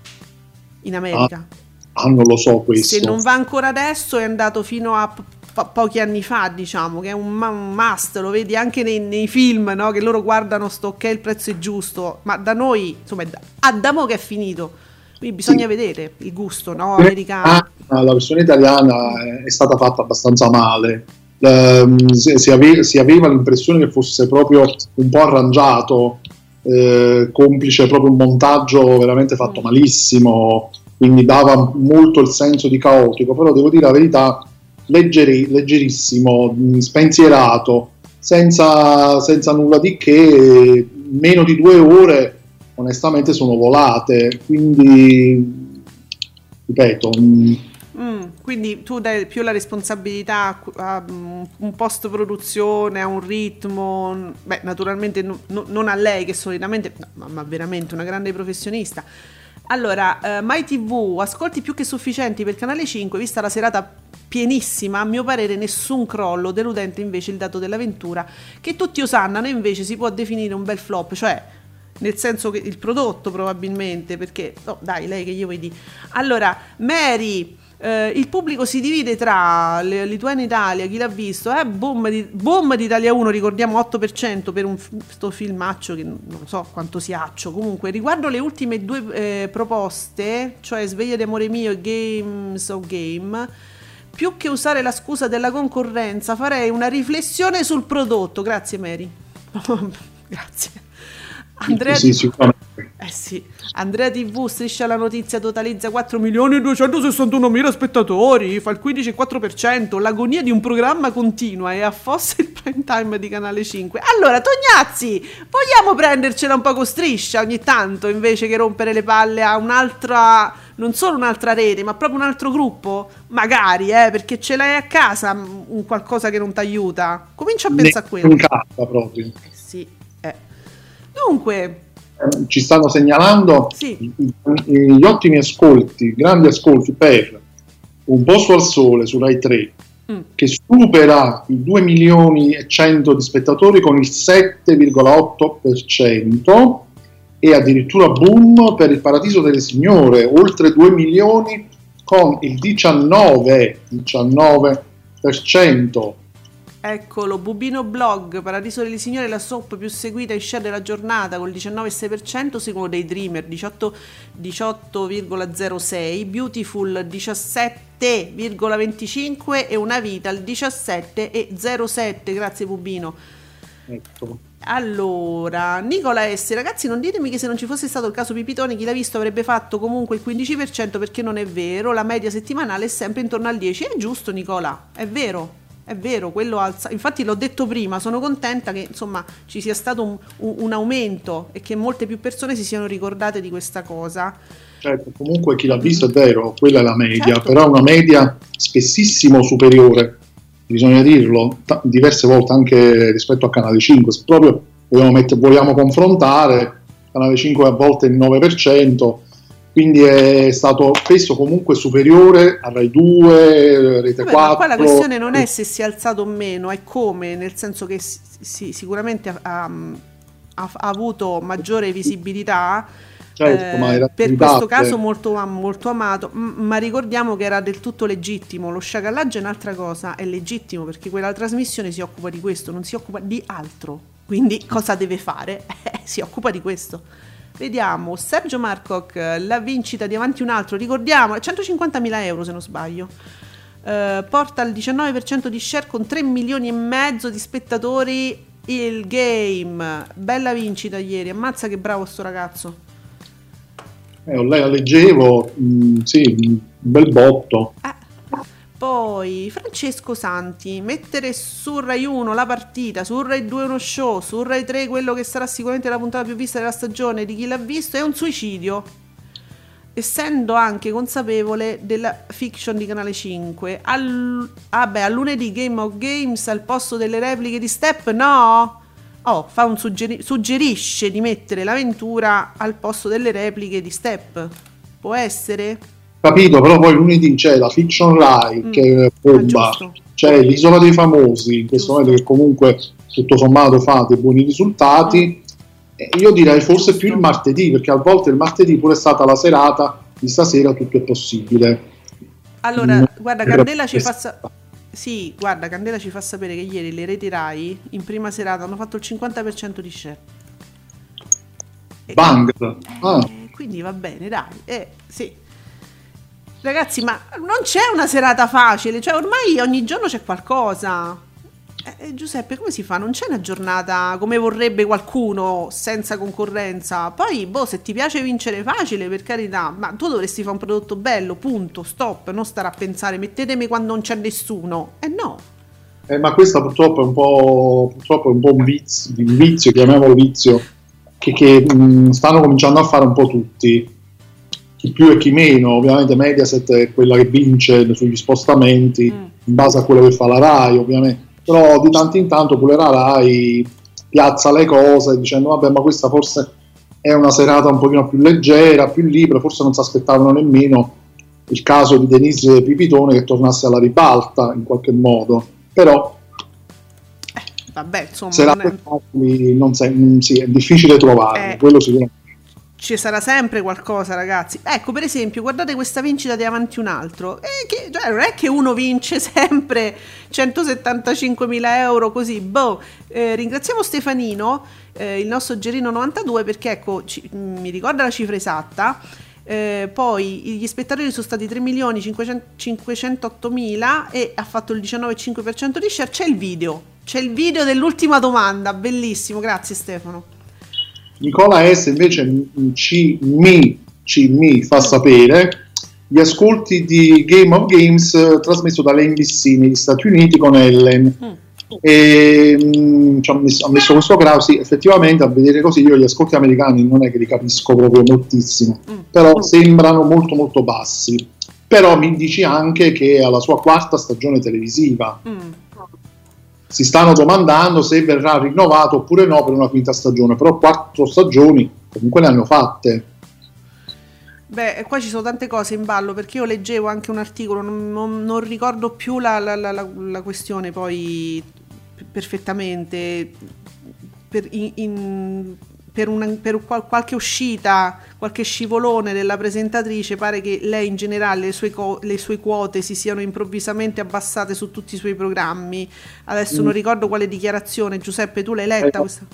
In America. Ah. Ah, non lo so questo. Se non va ancora adesso è andato fino a po- pochi anni fa, diciamo, che è un, un must, lo vedi anche nei, nei film, no? Che loro guardano sto ok, il prezzo è giusto, ma da noi, insomma, a da mo' che è finito, quindi bisogna sì. vedere il gusto, no? Americano. Ah, la versione italiana è stata fatta abbastanza male, um, si, si, ave- si aveva l'impressione che fosse proprio un po' arrangiato, eh, complice proprio un montaggio veramente fatto mm. malissimo, quindi dava molto il senso di caotico, però devo dire la verità, leggeri, leggerissimo, spensierato, senza, senza nulla di che, meno di due ore onestamente sono volate, quindi ripeto... Mm, quindi tu dai più la responsabilità a un post produzione, a un ritmo, beh naturalmente no, no, non a lei che solitamente, no, ma veramente una grande professionista. Allora, uh, MyTV, ascolti più che sufficienti per Canale cinque, vista la serata pienissima, a mio parere nessun crollo, deludente invece il dato dell'avventura, che tutti osannano e invece si può definire un bel flop, cioè nel senso che il prodotto probabilmente, perché, oh, dai, lei che gli vuoi dire. Allora, Mary, Eh, il pubblico si divide tra le, Lituania Italia, chi l'ha visto, eh, boom, di, boom di Italia uno, ricordiamo otto per cento per un sto filmaccio che non so quanto sia accio. Comunque riguardo le ultime due eh, proposte, cioè Sveglia d'amore mio e Games of Game, più che usare la scusa della concorrenza farei una riflessione sul prodotto. Grazie Mary. Grazie. Andrea sì, sì, T V, eh sì. Andrea T V, Striscia la notizia, totalizza quattro milioni e duecentosessantuno mila spettatori, fa il quindici virgola quattro per cento. L'agonia di un programma continua e affossa il prime time di Canale cinque. Allora Tognazzi, vogliamo prendercela un po' con Striscia ogni tanto, invece che rompere le palle a un'altra, non solo un'altra rete, ma proprio un altro gruppo? Magari, eh, perché ce l'hai a casa un qualcosa che non ti aiuta. Comincia a pensare a quello. In casa proprio. Eh sì, eh. Dunque, ci stanno segnalando sì. gli ottimi ascolti, grandi ascolti per Un posto al sole su Rai tre, mm. che supera i due milioni e cento di spettatori con il sette virgola otto per cento, e addirittura boom per Il Paradiso delle Signore, oltre due milioni con il diciannove per cento. Eccolo, Bubino Blog, Paradiso delle Signore, la soap più seguita in share della giornata col diciannove virgola sei per cento, seguono dei Dreamer diciotto virgola zero sei, Beautiful diciassette virgola venticinque e Una Vita al diciassette virgola zero sette. Grazie Bubino. Ecco. Allora, Nicola S, ragazzi, non ditemi che se non ci fosse stato il caso Pipitone chi l'ha visto avrebbe fatto comunque il quindici per cento, perché non è vero, la media settimanale è sempre intorno al dieci. È giusto Nicola, è vero. È vero, quello alza. Infatti l'ho detto prima, sono contenta che insomma ci sia stato un, un, un aumento e che molte più persone si siano ricordate di questa cosa. Certo, comunque chi l'ha visto è vero, quella è la media, certo. Però è una media spessissimo superiore, bisogna dirlo, t- diverse volte anche rispetto a Canale cinque. Se proprio vogliamo, mettere, vogliamo confrontare, Canale cinque a volte il nove per cento, quindi è stato spesso comunque superiore a Rai due, Rete Vabbè, quattro. Ma poi la questione non è se si è alzato o meno, è come, nel senso che sì, sicuramente ha, ha, ha avuto maggiore visibilità, certo, eh, ma era per evitate. questo caso molto, molto amato, m- ma ricordiamo che era del tutto legittimo. Lo sciacallaggio è un'altra cosa, è legittimo perché quella trasmissione si occupa di questo, non si occupa di altro, quindi cosa deve fare? Si occupa di questo. Vediamo, Sergio Marcoc, la vincita di Avanti un altro, ricordiamo, centocinquantamila euro se non sbaglio, uh, porta il diciannove per cento di share con tre milioni e mezzo di spettatori il game. Bella vincita ieri, ammazza che bravo sto ragazzo. Eh, la leggevo, mh, sì, un bel botto. Eh. Poi Francesco Santi, mettere su Rai uno la partita, su Rai due uno show, su Rai tre quello che sarà sicuramente la puntata più vista della stagione, di chi l'ha visto, è un suicidio, essendo anche consapevole della fiction di Canale cinque. Al, ah beh, a lunedì Game of Games al posto delle repliche di Step, no? Oh, fa un suggeri- suggerisce di mettere l'avventura al posto delle repliche di Step. Può essere? Capito, però poi lunedì c'è la Fiction Rai, mm. che è bomba, ah, c'è l'Isola dei Famosi, in questo momento che comunque tutto sommato fa dei buoni risultati. Mm. Io direi forse più il martedì, perché a volte il martedì pure è stata la serata, di stasera tutto è possibile. Allora, mm. guarda, Candela ci fa sa- sì, guarda, Candela ci fa sapere che ieri le reti Rai in prima serata hanno fatto il cinquanta per cento di share. Bang! Eh, ah. Quindi va bene, dai, eh, sì. Ragazzi, ma non c'è una serata facile, cioè ormai ogni giorno c'è qualcosa. Eh, Giuseppe, come si fa? Non c'è una giornata come vorrebbe qualcuno, senza concorrenza. Poi, boh, se ti piace vincere facile, per carità, ma tu dovresti fare un prodotto bello, punto, stop, non stare a pensare mettetemi quando non c'è nessuno. Eh no. Eh, ma questa purtroppo è un po', purtroppo è un po' un vizio, un vizio chiamiamolo vizio, che, che mh, stanno cominciando a fare un po' tutti. Chi più e chi meno, ovviamente Mediaset è quella che vince sugli spostamenti mm. in base a quello che fa la Rai, ovviamente, però di tanto in tanto pure la Rai piazza le cose dicendo vabbè, ma questa forse è una serata un pochino più leggera, più libera, forse non si aspettavano nemmeno il caso di Denise Pipitone che tornasse alla ribalta in qualche modo, però eh, vabbè, insomma, serate non è... facili non sei, sì, è difficile trovare, eh. quello sicuramente. ci sarà sempre qualcosa, ragazzi. Ecco, per esempio, guardate questa vincita di Avanti un altro, e che, cioè, non è che uno vince sempre centosettantacinquemila euro così, boh. Eh, ringraziamo Stefanino, eh, il nostro Gerino novantadue, perché ecco, ci, mi ricorda la cifra esatta. Eh, poi gli spettatori sono stati tre milioni cinquecentottomila e ha fatto il diciannove virgola cinque per cento di share. C'è il video, c'è il video dell'ultima domanda, bellissimo, grazie Stefano. Nicola S invece ci mi, ci mi fa sapere gli ascolti di Game of Games eh, trasmesso dall'N B C negli Stati Uniti con Ellen. Mm. E mh, ci ha messo, ha messo questo grado, sì, effettivamente a vedere così io gli ascolti americani non è che li capisco proprio moltissimo, mm. però sembrano molto molto bassi. Però mi dici anche che è alla sua quarta stagione televisiva. Mm. Si stanno domandando se verrà rinnovato oppure no per una quinta stagione, però quattro stagioni comunque le hanno fatte. Beh, qua ci sono tante cose in ballo, perché io leggevo anche un articolo, non, non, non ricordo più la, la, la, la questione poi perfettamente, per, in, in, per, una, per qual, qualche uscita, qualche scivolone della presentatrice, pare che lei in generale le sue, co- le sue quote si siano improvvisamente abbassate su tutti i suoi programmi. Adesso mm. non ricordo quale dichiarazione. Giuseppe, tu l'hai letta eh, questa?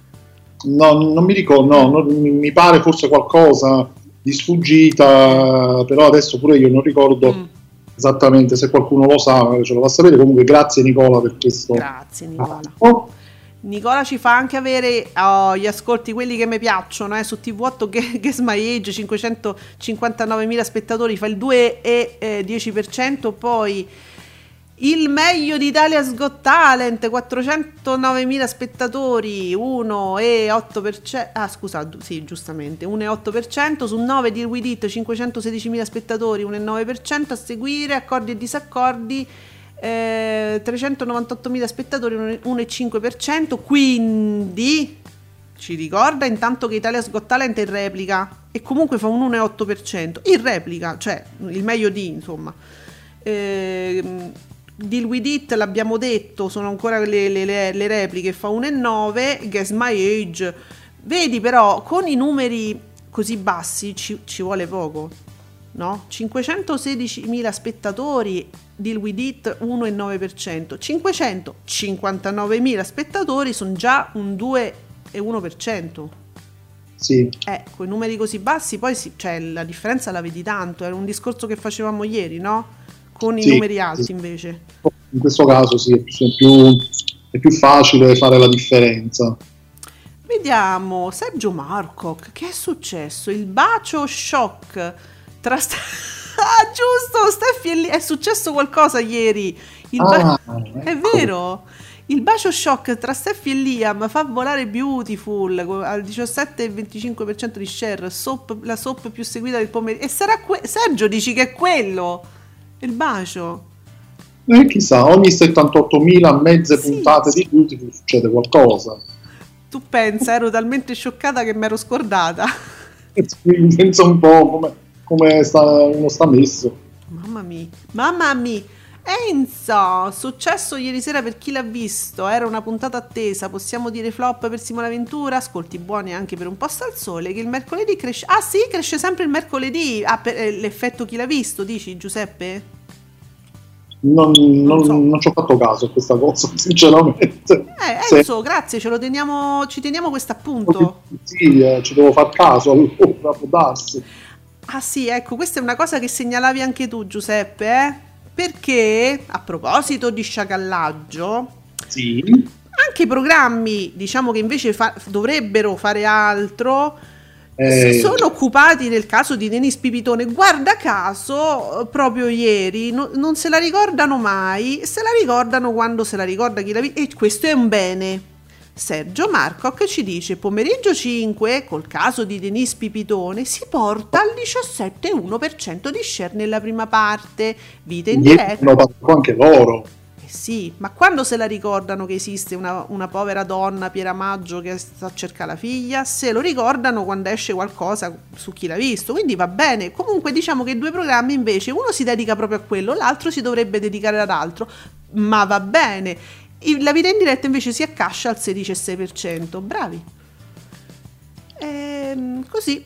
No, non mi ricordo, no, non, mi pare forse qualcosa di sfuggita, però adesso pure io non ricordo mm. esattamente, se qualcuno lo sa ce lo fa sapere. Comunque grazie Nicola per questo. Grazie Nicola. Oh. Nicola ci fa anche avere oh, gli ascolti, quelli che mi piacciono, eh, su T V otto Guess My Age, cinquecentocinquantanovemila spettatori, fa il due virgola dieci per cento, poi il meglio di Italia's Got Talent, quattrocentonovemila spettatori, uno virgola otto per cento, ah scusa, sì giustamente, uno virgola otto per cento, su nove Deal With It, cinquecentosedicimila spettatori, uno virgola nove per cento, a seguire Accordi e Disaccordi, Eh, trecentonovantottomila spettatori, uno virgola cinque per cento. Quindi ci ricorda intanto che Italia's Got Talent è in replica e comunque fa un uno virgola otto per cento in replica, cioè il meglio di, insomma. eh, Deal With It l'abbiamo detto, sono ancora le, le, le repliche, fa uno virgola nove. Guess My Age, vedi, però con i numeri così bassi ci, ci vuole poco, no? cinquecentosedicimila spettatori, Deal With It uno virgola nove per cento, cinquecentocinquantanovemila spettatori sono già un due virgola uno per cento. Sì. Eh, con i numeri così bassi poi si, cioè, la differenza la vedi tanto, era un discorso che facevamo ieri, no? Con i sì, numeri alti sì. Invece in questo caso sì, è più, è più facile fare la differenza. Vediamo Sergio Marcoc, che è successo? Il bacio shock tra st- ah giusto, Steffi, è, lì. È successo qualcosa ieri, il ba- ah, è ecco. Vero, il bacio shock tra Steffi e Liam fa volare Beautiful al diciassette virgola venticinque per cento di share, soap, la soap più seguita del pomeriggio, e sarà que- Sergio dici che è quello il bacio, eh, chissà, ogni settantottomila mezze sì, puntate sì. di Beautiful succede qualcosa. Tu pensa, ero talmente scioccata che mi ero scordata. Pensa un po' come, come sta, uno sta messo. Mamma mia, mamma mia. Enzo, successo ieri sera per chi l'ha visto, era una puntata attesa, possiamo dire flop per Simona Ventura, ascolti buoni anche per Un posto al sole, che il mercoledì cresce, ah sì, cresce sempre il mercoledì, ah, per eh, l'effetto chi l'ha visto, dici Giuseppe? Non, non, non, so. non ci ho fatto caso a questa cosa, sinceramente. Eh, Enzo, Se... grazie, ce lo teniamo, ci teniamo questo appunto. Sì, eh, ci devo far caso, allora può darsi. Ah sì, ecco, questa è una cosa che segnalavi anche tu Giuseppe, eh? Perché, a proposito di sciacallaggio, sì. anche i programmi, diciamo che invece fa- dovrebbero fare altro, eh. si sono occupati del caso di Denis Pipitone. Guarda caso, proprio ieri, no, non se la ricordano mai, se la ricordano quando se la ricorda chi la vede, e questo è un bene. Sergio Marcoc ci dice: pomeriggio cinque, col caso di Denis Pipitone, si porta al diciassette virgola uno per cento di share nella prima parte, vita in diretta. Hanno fatto anche loro. Eh sì, ma quando se la ricordano che esiste una, una povera donna, Piera Maggio, che sta a cercare la figlia? Se lo ricordano quando esce qualcosa su Chi l'ha visto, quindi va bene. Comunque diciamo che due programmi invece, uno si dedica proprio a quello, l'altro si dovrebbe dedicare ad altro, ma va bene. La vita in diretta invece si accascia al sedici virgola sei per cento. Bravi. E ehm, così.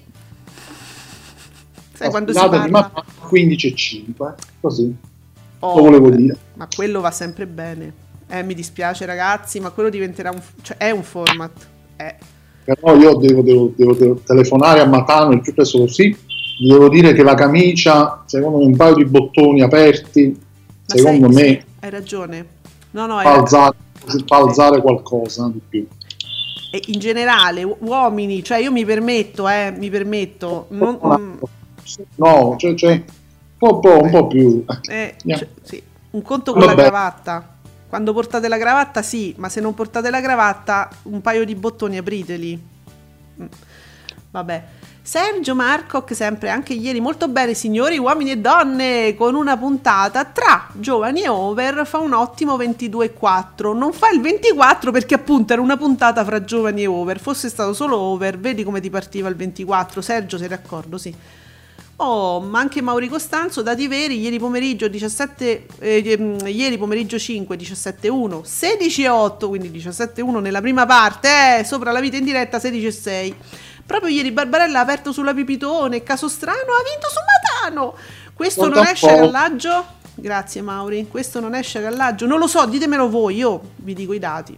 Sai La quando si sfilata di parla? Matano quindici e cinque, così. Oh, lo volevo beh, dire. Ma quello va sempre bene. Eh, mi dispiace ragazzi, ma quello diventerà un, cioè, è un format. Eh. Però io devo, devo, devo, devo telefonare a Matano il più presto così. Gli devo dire che la camicia, secondo me, un paio di bottoni aperti, Ma secondo sai, me, sì, hai ragione. No, no, fa hai alzare, fa alzare qualcosa di più. E in generale, u- uomini, cioè io mi permetto, eh, mi permetto, non, mm, No, cioè, cioè un, po', po', un po' più. eh, Yeah. cioè, sì, un conto con la Vabbè. cravatta. Quando portate la cravatta, sì, ma se non portate la cravatta, un paio di bottoni apriteli. Mm. Vabbè. Sergio Marcoc, sempre anche ieri, molto bene signori, uomini e donne, con una puntata tra giovani e over, fa un ottimo ventidue e quattro. Non fa il ventiquattro perché appunto era una puntata fra giovani e over. Fosse stato solo over, vedi come ti partiva il ventiquattro. Sergio, sei d'accordo? Sì. Oh, ma anche Mauri Costanzo, dati veri, ieri pomeriggio diciassette, eh, ieri pomeriggio cinque, diciassette e uno, sedici e otto, quindi diciassette e uno nella prima parte, eh, sopra la vita in diretta sedici e sei. Proprio ieri Barbarella ha aperto sulla Pipitone, caso strano, ha vinto su Matano. Questo Guarda non un esce a po'. gallaggio? Grazie Mauri, questo non esce a gallaggio? Non lo so, ditemelo voi, io vi dico i dati.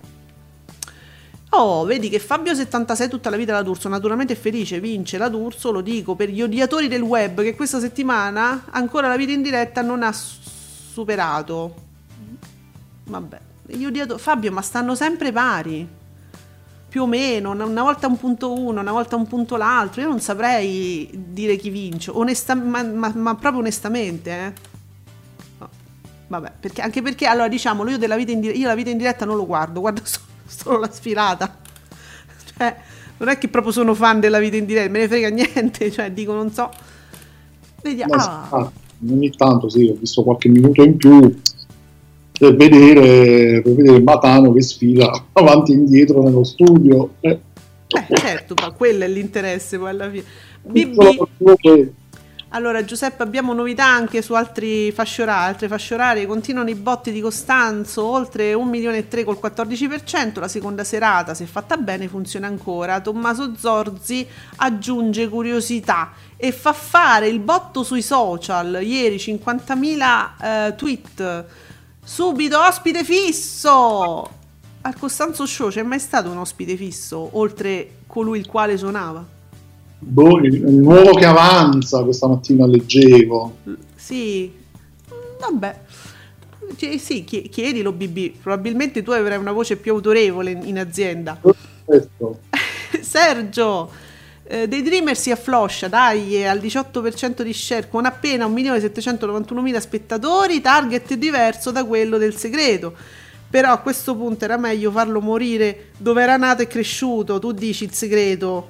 Oh, vedi che Fabio settantasei tutta la vita la D'Urso, naturalmente è felice, vince la D'Urso, lo dico per gli odiatori del web che questa settimana ancora la vita in diretta non ha superato. Vabbè, gli odiatori, Fabio, ma stanno sempre pari, più o meno, una, una volta un punto uno, una volta un punto l'altro, io non saprei dire chi vince, onesta, ma, ma, ma proprio onestamente, eh. No, vabbè, perché, anche perché, allora diciamolo, io della vita in diretta, io la vita in diretta non lo guardo, guardo solo solo la sfilata, cioè non è che proprio sono fan della vita in diretta, me ne frega niente, cioè dico non so, vediamo. Ah. Ah, ogni tanto sì, ho visto qualche minuto in più per vedere, per vedere Matano che sfila avanti e indietro nello studio. Eh. Eh, certo, ma quello è l'interesse poi alla fine. B Piccolo B. che- Allora Giuseppe, abbiamo novità anche su altri fasce orarie, altre fasce orarie, continuano i botti di Costanzo, oltre un milione e tre col quattordici per cento, la seconda serata, se fatta bene, funziona ancora. Tommaso Zorzi aggiunge curiosità e fa fare il botto sui social, ieri cinquantamila eh, tweet, subito ospite fisso! Al Costanzo Show c'è mai stato un ospite fisso, oltre colui il quale suonava? boh, il il nuovo che avanza, questa mattina leggevo. Sì, vabbè, Cioè, sì, chi- chiedilo B B, probabilmente tu avrai una voce più autorevole in, in azienda. Questo. Sergio, eh, dei Dreamer si affloscia, dai, è al diciotto per cento di share con appena un milione settecentonovantunomila spettatori, target diverso da quello del segreto. Però a questo punto era meglio farlo morire dove era nato e cresciuto, tu dici il segreto.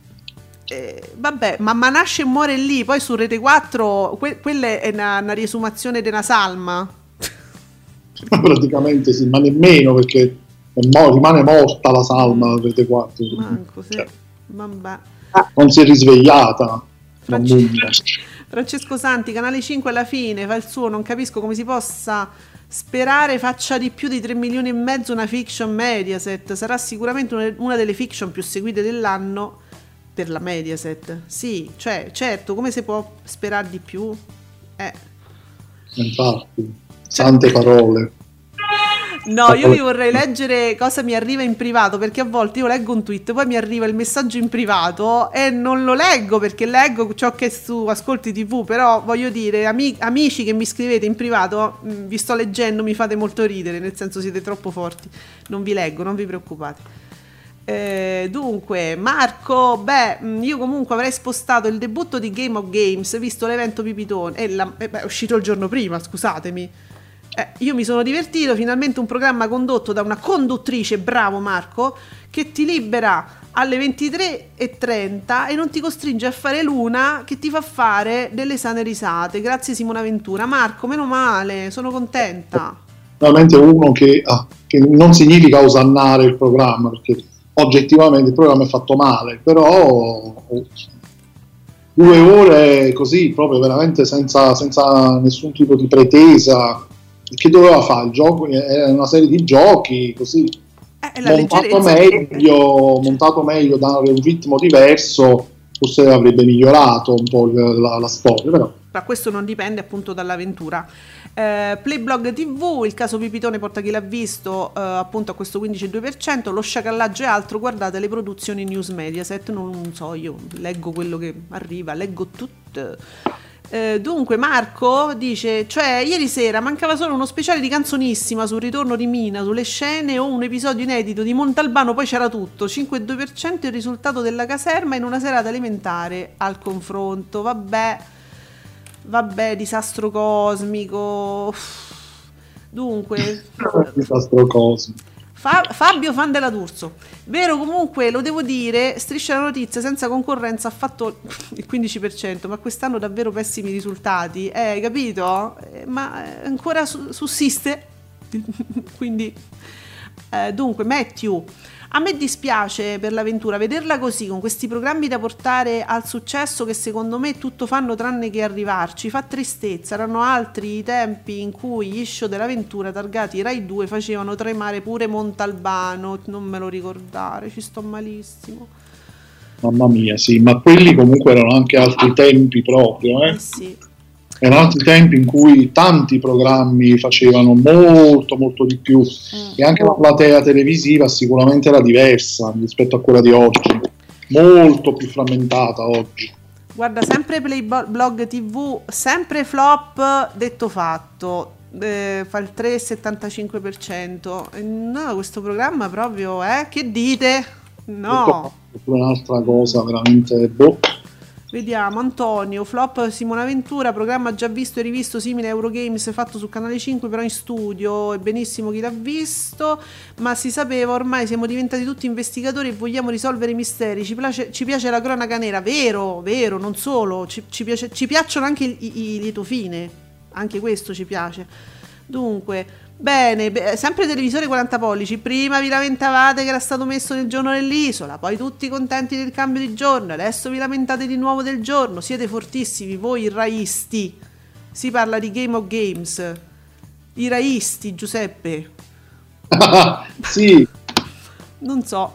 Eh, vabbè, ma, ma nasce e muore lì, poi su Rete quattro que- quella è una, una riesumazione di una salma. Praticamente sì, ma nemmeno perché è mo- rimane morta la salma a Rete quattro. Manco, sì. Cioè, Vabbè. non si è risvegliata la France- mummia. Francesco Santi, Canale cinque alla fine fa il suo, non capisco come si possa sperare faccia di più di tre milioni e mezzo una fiction Mediaset, sarà sicuramente una, una delle fiction più seguite dell'anno per la Mediaset. Sì, cioè, certo, come si può sperare di più? Eh. Infatti, tante parole. No, io vi vorrei leggere cosa mi arriva in privato, perché a volte io leggo un tweet, poi mi arriva il messaggio in privato e non lo leggo perché leggo ciò che è su Ascolti tivù, però voglio dire, ami- amici che mi scrivete in privato, mh, vi sto leggendo, mi fate molto ridere, nel senso siete troppo forti, non vi leggo, non vi preoccupate. Eh, dunque, Marco, beh, mh, io comunque avrei spostato il debutto di Game of Games, visto l'evento Pipitone, e la- eh, beh, è uscito il giorno prima, scusatemi. Eh, io mi sono divertito, finalmente un programma condotto da una conduttrice, bravo Marco, che ti libera alle ventitré e trenta e non ti costringe a fare l'una che ti fa fare delle sane risate. Grazie Simona Ventura. Marco, meno male, sono contenta. Veramente uno che, ah, che non significa osannare il programma, perché oggettivamente il programma è fatto male, però oh, due ore così, proprio veramente senza, senza nessun tipo di pretesa. Che doveva fare il gioco? Era una serie di giochi così. Eh, Eh, la montato meglio, montato meglio, dare un ritmo diverso, forse avrebbe migliorato un po' la, la storia, però. Ma questo non dipende appunto dall'avventura. Eh, Playblog tivù, il caso Pipitone porta chi l'ha visto eh, appunto a questo quindici virgola due per cento, lo sciacallaggio e altro, guardate le produzioni News Mediaset, non, non so, io leggo quello che arriva, leggo tutto. Eh, dunque Marco dice, cioè ieri sera mancava solo uno speciale di Canzonissima sul ritorno di Mina, sulle scene, o un episodio inedito di Montalbano, poi c'era tutto, cinque virgola due per cento il risultato della caserma in una serata alimentare al confronto, vabbè. Vabbè, disastro cosmico. Dunque, disastro cosmico. Fa- Fabio fan della D'Urso. Vero, comunque lo devo dire, Striscia la Notizia senza concorrenza ha fatto il quindici per cento, ma quest'anno davvero pessimi risultati. Eh, hai capito? Eh, ma ancora su- sussiste. Quindi eh, dunque, Matthew, a me dispiace per l'avventura vederla così, con questi programmi da portare al successo che secondo me tutto fanno tranne che arrivarci, fa tristezza. Erano altri i tempi in cui gli show dell'avventura targati Rai due facevano tremare pure Montalbano, non me lo ricordare, ci sto malissimo. Mamma mia, sì, ma quelli comunque erano anche altri tempi proprio, eh? Eh sì. Erano altri tempi in cui tanti programmi facevano molto molto di più mm. e anche la platea televisiva sicuramente era diversa rispetto a quella di oggi, molto più frammentata oggi. Guarda, sempre Playblog tivù, sempre flop, detto fatto, eh, fa il tre virgola settantacinque per cento. No, questo programma proprio, eh, che dite? No. È un'altra cosa veramente boh. Vediamo, Antonio, flop Simona Ventura, programma già visto e rivisto simile a Eurogames fatto su Canale cinque però in studio, e benissimo chi l'ha visto, ma si sapeva, ormai siamo diventati tutti investigatori e vogliamo risolvere i misteri, ci piace, ci piace la cronaca nera, vero, vero, non solo, ci, ci, piace, ci piacciono anche i, i, i lieto fine, anche questo ci piace. Dunque, bene, be- sempre televisore quaranta pollici, prima vi lamentavate che era stato messo nel giorno dell'isola, poi tutti contenti del cambio di giorno, adesso vi lamentate di nuovo del giorno, siete fortissimi voi raisti, si parla di Game of Games, i raisti, Giuseppe. Sì. Non so.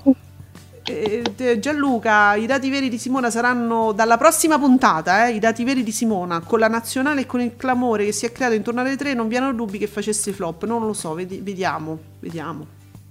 Eh, Gianluca, i dati veri di Simona saranno dalla prossima puntata, eh, i dati veri di Simona, con la nazionale e con il clamore che si è creato intorno alle tre non vi hanno dubbi che facesse flop, non lo so, vedi, vediamo, vediamo.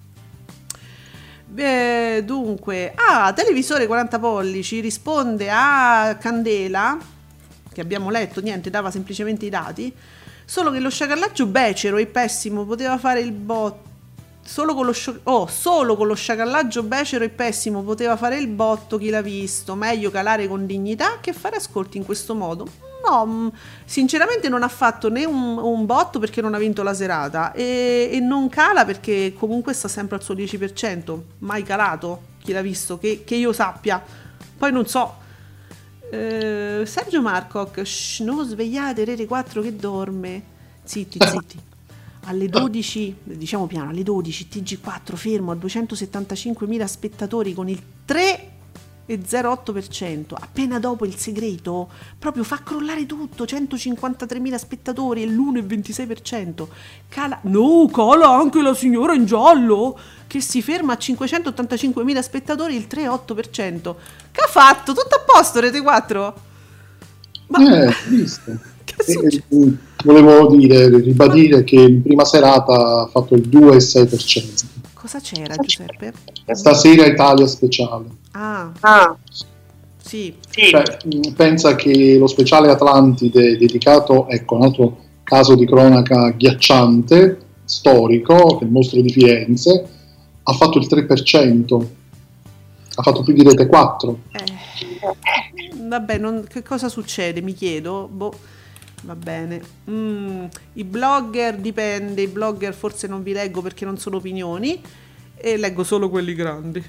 Beh, dunque, ah, televisore quaranta pollici risponde a Candela, che abbiamo letto, niente, dava semplicemente i dati, solo che lo sciacallaggio becero e pessimo poteva fare il botto. Solo con, lo sci- oh, solo con lo sciacallaggio becero e pessimo poteva fare il botto chi l'ha visto, meglio calare con dignità che fare ascolti in questo modo. No, mh, sinceramente non ha fatto né un, un botto perché non ha vinto la serata e, e non cala perché comunque sta sempre al suo dieci per cento, mai calato chi l'ha visto, che, che io sappia, poi non so. eh, Sergio Marcoc, shh, non svegliate Rete quattro che dorme, zitti zitti. Alle dodici, diciamo piano, alle dodici T G quattro fermo a duecentosettantacinquemila spettatori con il tre virgola zero otto per cento, appena dopo Il Segreto proprio fa crollare tutto, centocinquantatremila spettatori e l'uno virgola ventisei per cento, cala, no, cala anche La Signora in Giallo che si ferma a cinquecentottantacinquemila spettatori, il tre virgola otto per cento. Che ha fatto? Tutto a posto Rete quattro? Ma eh, visto. Eh, volevo dire, ribadire che in prima serata ha fatto il due virgola sei per cento. Cosa c'era, Giuseppe? Stasera Italia speciale. Ah, ah. Sì. Cioè, pensa che lo speciale Atlantide dedicato, ecco, un altro caso di cronaca agghiacciante, storico, che è il mostro di Firenze, ha fatto il tre per cento. Ha fatto più di Rete quattro. Eh, vabbè, non, che cosa succede? Mi chiedo. Boh. Va bene. Mm, i blogger dipende, i blogger forse non vi leggo perché non sono opinioni e leggo solo quelli grandi.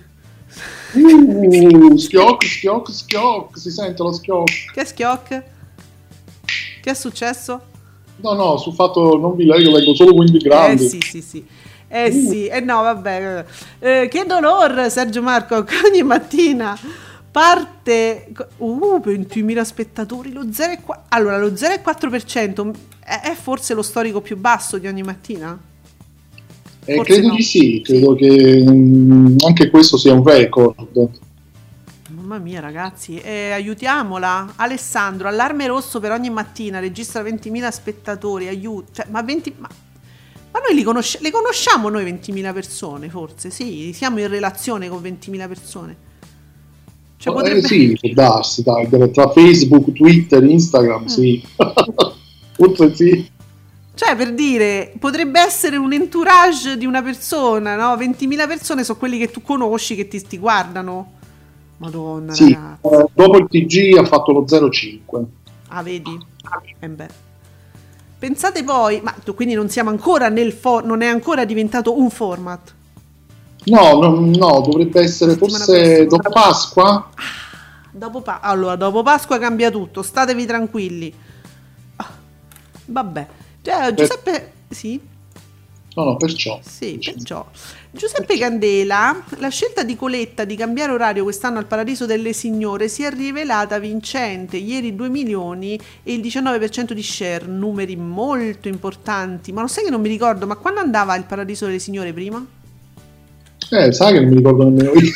Uh, schiocco, schiocco, schiocco, si sente lo schiocco. Che schiocco? Che è successo? No, no, sul fatto non vi leggo, leggo solo quelli grandi. Eh sì, sì, sì. Eh uh. sì, eh no, vabbè. Eh, che dolore, Sergio Marco, ogni mattina parte uh, ventimila spettatori, lo zero virgola quattro allora lo zero virgola quattro per cento è, è forse lo storico più basso di ogni mattina? Eh, credo no. di sì, credo sì. che mh, anche questo sia un record. Mamma mia ragazzi, eh, aiutiamola. Alessandro, allarme rosso per ogni mattina, registra ventimila spettatori, aiuto. Cioè, ma venti... Ma... Ma noi li conosci- le conosciamo noi ventimila persone, forse? Sì, siamo in relazione con ventimila persone. Cioè, potrebbe... eh, sì, può darsi, dai, tra Facebook, Twitter, Instagram, mm. sì. Forse sì. Cioè, per dire, potrebbe essere un entourage di una persona, no? ventimila persone sono quelli che tu conosci, che ti, ti guardano. Madonna, sì, eh, dopo il T G ha fatto lo zero virgola cinque. Ah, vedi? Eh beh. Pensate poi, ma quindi non siamo ancora nel for- non è ancora diventato un format? No, no, no, dovrebbe essere forse dopo Pasqua. Ah, dopo pa- allora, dopo Pasqua cambia tutto, statevi tranquilli. Ah, vabbè. Cioè, Giuseppe, per... sì? No, no, perciò. Sì, perciò. Giuseppe Candela, la scelta di Coletta di cambiare orario quest'anno al Paradiso delle Signore si è rivelata vincente. Ieri due milioni e il diciannove per cento di share, numeri molto importanti. Ma lo sai che non mi ricordo, ma quando andava il Paradiso delle Signore prima? Eh, sai che non mi ricordo nemmeno io.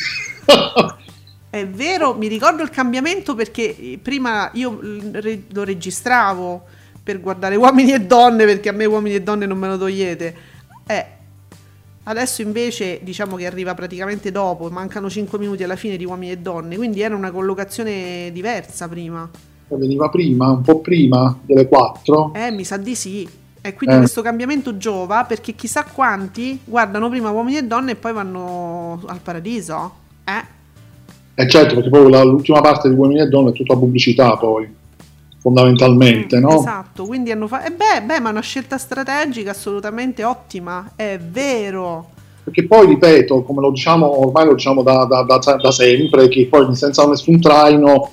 È vero, mi ricordo il cambiamento perché prima io lo registravo per guardare Uomini e Donne, perché a me Uomini e Donne non me lo togliete. Eh, adesso invece diciamo che arriva praticamente dopo, mancano cinque minuti alla fine di Uomini e Donne, quindi era una collocazione diversa prima. Veniva prima, un po' prima delle quattro? Eh, mi sa di sì. E quindi eh. questo cambiamento giova perché chissà quanti guardano prima Uomini e Donne e poi vanno al Paradiso. Eh? Eh certo, perché poi la, l'ultima parte di Uomini e Donne è tutta pubblicità poi. Fondamentalmente, mm, no? Esatto, quindi hanno fatto. E beh, beh, ma una scelta strategica assolutamente ottima, è vero. Perché poi, ripeto, come lo diciamo, ormai lo diciamo da, da, da, da sempre, che poi senza nessun traino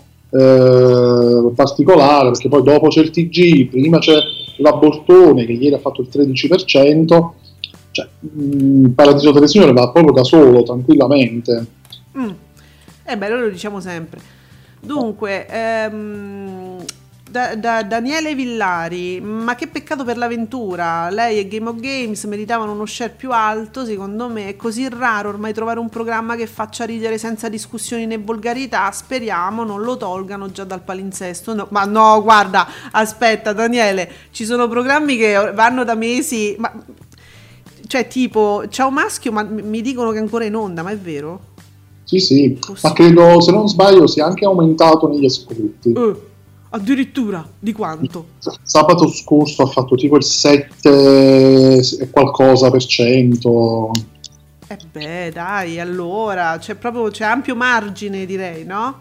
eh, particolare, perché poi dopo c'è il T G, prima c'è l'Abortone che ieri ha fatto il tredici per cento, cioè il Paradiso delle Signore va proprio da solo, tranquillamente. Mm. Eh beh, noi lo diciamo sempre. Dunque, ehm... Da, da Daniele Villari, ma che peccato per l'avventura, lei e Game of Games meritavano uno share più alto, secondo me è così raro ormai trovare un programma che faccia ridere senza discussioni né volgarità, speriamo non lo tolgano già dal palinsesto. No, ma no, guarda, aspetta Daniele, ci sono programmi che vanno da mesi, ma cioè tipo Ciao Maschio, ma mi dicono che è ancora in onda, ma è vero? Sì sì, oh, ma credo, se non sbaglio, sia anche aumentato negli ascolti. Uh. Addirittura? Di quanto? Sabato scorso ha fatto tipo il sette e qualcosa per cento. Eh beh, dai, allora c'è proprio c'è ampio margine, direi, no?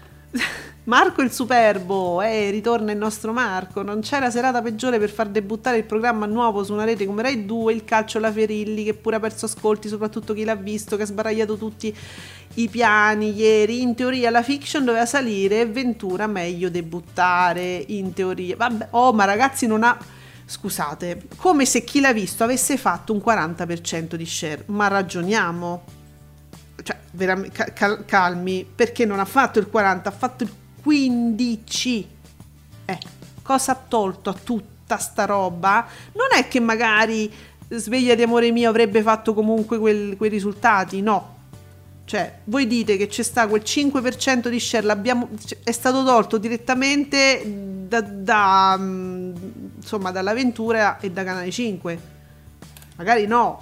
Marco il Superbo, eh, ritorna il nostro Marco. Non c'era serata peggiore per far debuttare il programma nuovo su una rete come Rai due, il calcio alla Ferilli, che pure ha perso ascolti, soprattutto chi l'ha visto, che ha sbaragliato tutti i piani ieri. In teoria la fiction doveva salire e Ventura meglio debuttare, in teoria. Vabbè, oh, ma ragazzi, non ha... Scusate, come se chi l'ha visto avesse fatto un quaranta per cento di share, ma ragioniamo. Cioè, veramente, cal- calmi, perché non ha fatto il quaranta, ha fatto il quindici. Eh, cosa ha tolto a tutta sta roba? Non è che magari Sveglia di amore mio avrebbe fatto comunque quel, quei risultati, no. Cioè, voi dite che c'è sta quel cinque per cento di share, l'abbiamo, è stato tolto direttamente da, da insomma dall'avventura e da Canale cinque. Magari no.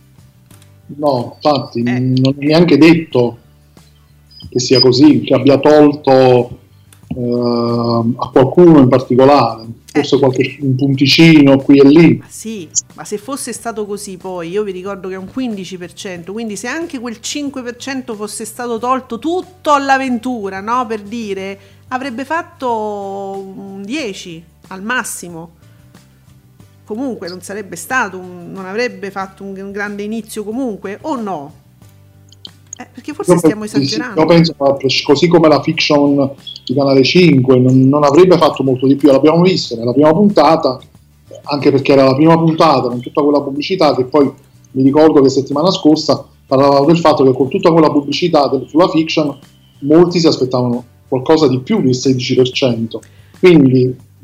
No, infatti, eh. non è neanche detto che sia così, che abbia tolto eh, a qualcuno in particolare, forse eh. qualche un punticino qui e lì. Ma sì, ma se fosse stato così poi, io vi ricordo che è un quindici per cento, quindi se anche quel cinque per cento fosse stato tolto tutto all'avventura, no, per dire, avrebbe fatto un dieci al massimo. Comunque non sarebbe stato un, non avrebbe fatto un, un grande inizio comunque, o no? Eh, perché forse io stiamo penso, esagerando. Io penso che così come la fiction di Canale cinque non, non avrebbe fatto molto di più. L'abbiamo visto nella prima puntata, anche perché era la prima puntata con tutta quella pubblicità, che poi mi ricordo che settimana scorsa parlavamo del fatto che con tutta quella pubblicità del, sulla fiction molti si aspettavano qualcosa di più del sedici per cento. Quindi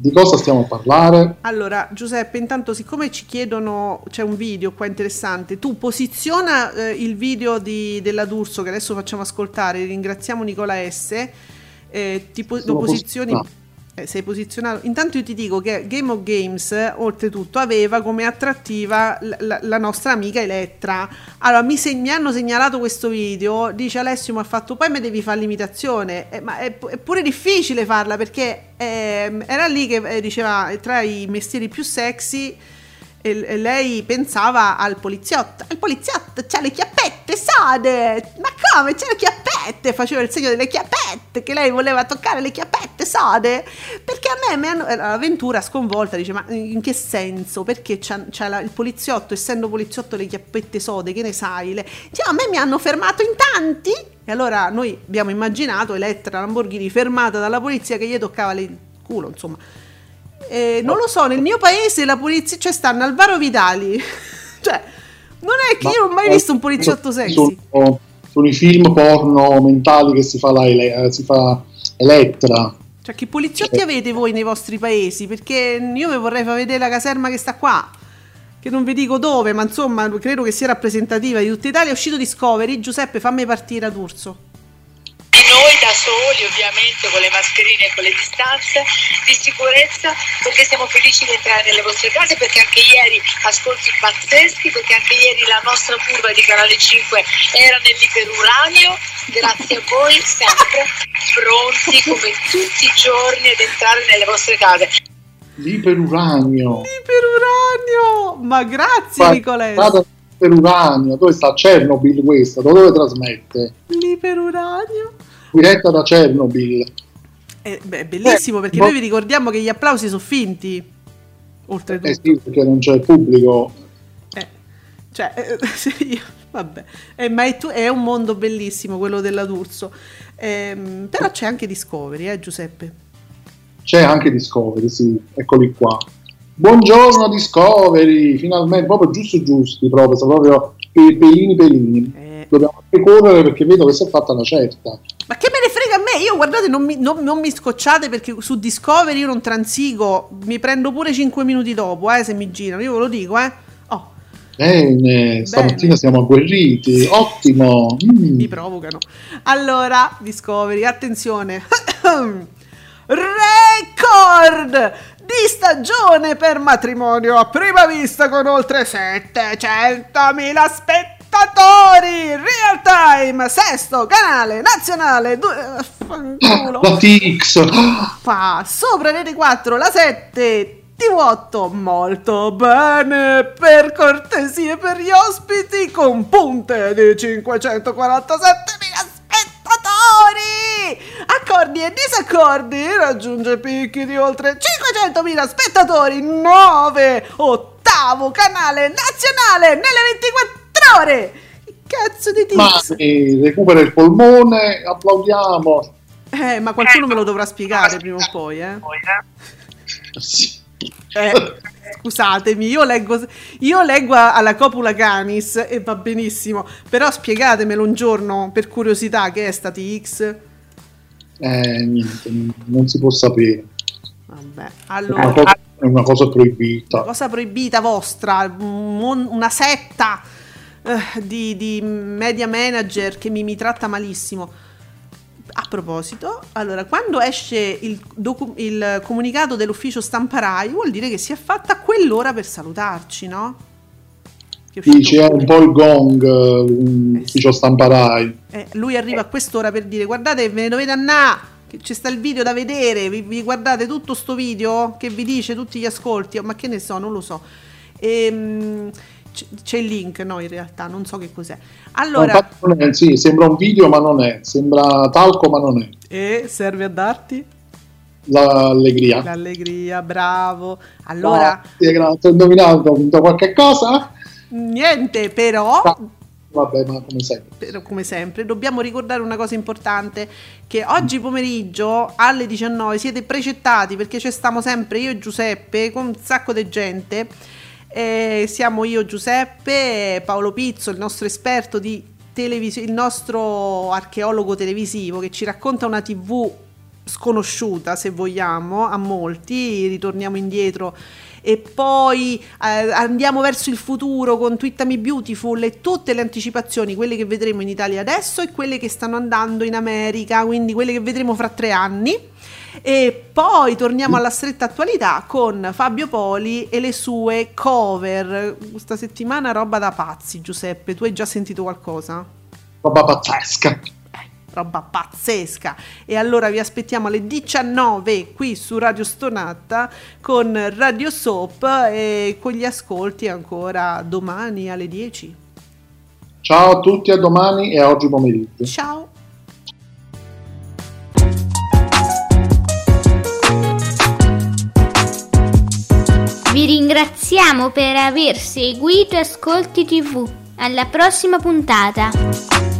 Di cosa stiamo a parlare? Allora, Giuseppe, intanto siccome ci chiedono, c'è un video qua interessante, tu posiziona eh, il video di, della D'Urso che adesso facciamo ascoltare, ringraziamo Nicola S, eh, ti po- lo posizioni... Eh, sei posizionato. Intanto io ti dico che Game of Games oltretutto aveva come attrattiva la, la, la nostra amica Elettra. Allora mi, seg- mi hanno segnalato questo video, dice Alessio mi ha fatto poi mi devi fare l'imitazione, eh, ma è, è pure difficile farla perché eh, era lì che eh, diceva tra i mestieri più sexy e, e lei pensava al poliziotto. Il poliziotto c'ha le chiappette sode, ma come c'ha le chiappette? Faceva il segno delle chiappette, che lei voleva toccare le chiappette sode, perché a me mi hanno... L'avventura sconvolta dice ma in che senso? Perché c'ha, c'ha la, il poliziotto, essendo poliziotto, le chiappette sode, che ne sai? Le... Cioè, a me mi hanno fermato in tanti. E allora noi abbiamo immaginato Elettra Lamborghini fermata dalla polizia che gli toccava il culo, insomma. Eh, non lo so, nel mio paese la polizia, cioè stanno Alvaro Vitali, cioè non è che ma io non ho mai visto un poliziotto sexy. Sono, sono i film porno mentali che si fa, la ele, si fa Elettra. Cioè che poliziotti cioè. avete voi nei vostri paesi? Perché io vi vorrei far vedere la caserma che sta qua, che non vi dico dove, ma insomma credo che sia rappresentativa di tutta Italia. È uscito Discovery. Giuseppe, fammi partire ad Urso. Noi da soli, ovviamente, con le mascherine e con le distanze di sicurezza, perché siamo felici di entrare nelle vostre case, perché anche ieri ascolti pazzeschi, perché anche ieri la nostra curva di Canale cinque era nell'iperuranio. Grazie a voi, sempre pronti come tutti i giorni ad entrare nelle vostre case. L'iperuranio. L'iperuranio! Ma grazie, Nicoletta. L'iperuranio, dove sta Chernobyl questa? Dove trasmette? L'iperuranio? Diretta da Chernobyl. Eh, beh, è bellissimo, perché noi vi ricordiamo che gli applausi sono finti, oltretutto. Eh sì, perché non c'è il pubblico. Eh, cioè, eh, sì, vabbè. Eh, ma è, tu, è un mondo bellissimo quello della D'Urso. Eh, però c'è anche Discovery, eh Giuseppe? C'è anche Discovery, sì, eccoli qua. Buongiorno Discovery, finalmente, proprio giusti giusti, proprio, sono proprio pelini pelini. Eh. Dobbiamo anche correre perché vedo che si è fatta una certa. Ma che me ne frega a me? Io guardate, non mi, non, non mi scocciate perché su Discovery io non transigo, mi prendo pure cinque minuti dopo, eh, se mi girano, io ve lo dico, eh. Oh. Bene, stamattina Bene. Siamo agguerriti, ottimo. Mm. Mi provocano. Allora, Discovery, attenzione. Record di stagione per matrimonio a prima vista con oltre settecentomila spettatori. Real time, sesto canale nazionale, du- la T X fa sopra Rete quattro, la sette, T V otto, molto bene, per cortesie per gli ospiti con punte di cinquecentoquarantasettemila spettatori, accordi e disaccordi, raggiunge picchi di oltre cinquecentomila spettatori, nove, ottavo canale nazionale nelle ventiquattro ore. Che cazzo di ma eh, recupera il polmone, applaudiamo. Eh, ma qualcuno me lo dovrà spiegare prima o poi, eh. Sì. Eh, scusatemi, io leggo io leggo alla Copula Canis e va benissimo, però spiegatemelo un giorno per curiosità che è sta T X. Eh, niente, non si può sapere. Vabbè, allora è una cosa, è una cosa proibita. Una cosa proibita vostra, una setta Di, di media manager che mi, mi tratta malissimo. A proposito, allora, quando esce il, docu- il comunicato dell'ufficio stampa Rai, vuol dire che si è fatta quell'ora per salutarci, no? Sì, c'è un po' il gong, l'ufficio eh, stampa Rai. Eh, lui arriva a quest'ora per dire: guardate, ve ne dovete andare, che c'è sta il video da vedere, vi, vi guardate tutto sto video che vi dice tutti gli ascolti, ma che ne so, non lo so. Ehm c'è il link, no, in realtà non so che cos'è. Allora, no, è, sì, sembra un video ma non è, sembra talco ma non è. E serve a darti l'allegria. L'allegria, bravo. Allora, grazie, grazie. Ho indovinato qualche cosa? Niente, però ah, vabbè, ma come sempre. Però, come sempre, dobbiamo ricordare una cosa importante, che oggi pomeriggio alle diciannove siete precettati, perché ci stiamo sempre io e Giuseppe con un sacco di gente. Eh, siamo io, Giuseppe, Paolo Pizzo, il nostro esperto di televisione, il nostro archeologo televisivo che ci racconta una tivù sconosciuta, se vogliamo, a molti. Ritorniamo indietro e poi eh, andiamo verso il futuro con Twittami Beautiful e tutte le anticipazioni, quelle che vedremo in Italia adesso e quelle che stanno andando in America, quindi quelle che vedremo fra tre anni. E poi torniamo alla stretta attualità con Fabio Poli e le sue cover. Questa settimana roba da pazzi. Giuseppe, tu hai già sentito qualcosa? Roba pazzesca. Roba pazzesca. E allora vi aspettiamo alle diciannove qui su Radio Stonata con Radio Soap e con gli ascolti ancora domani alle dieci. Ciao a tutti, a domani e a oggi pomeriggio. Ciao. Vi ringraziamo per aver seguito Ascolti tivù. Alla prossima puntata.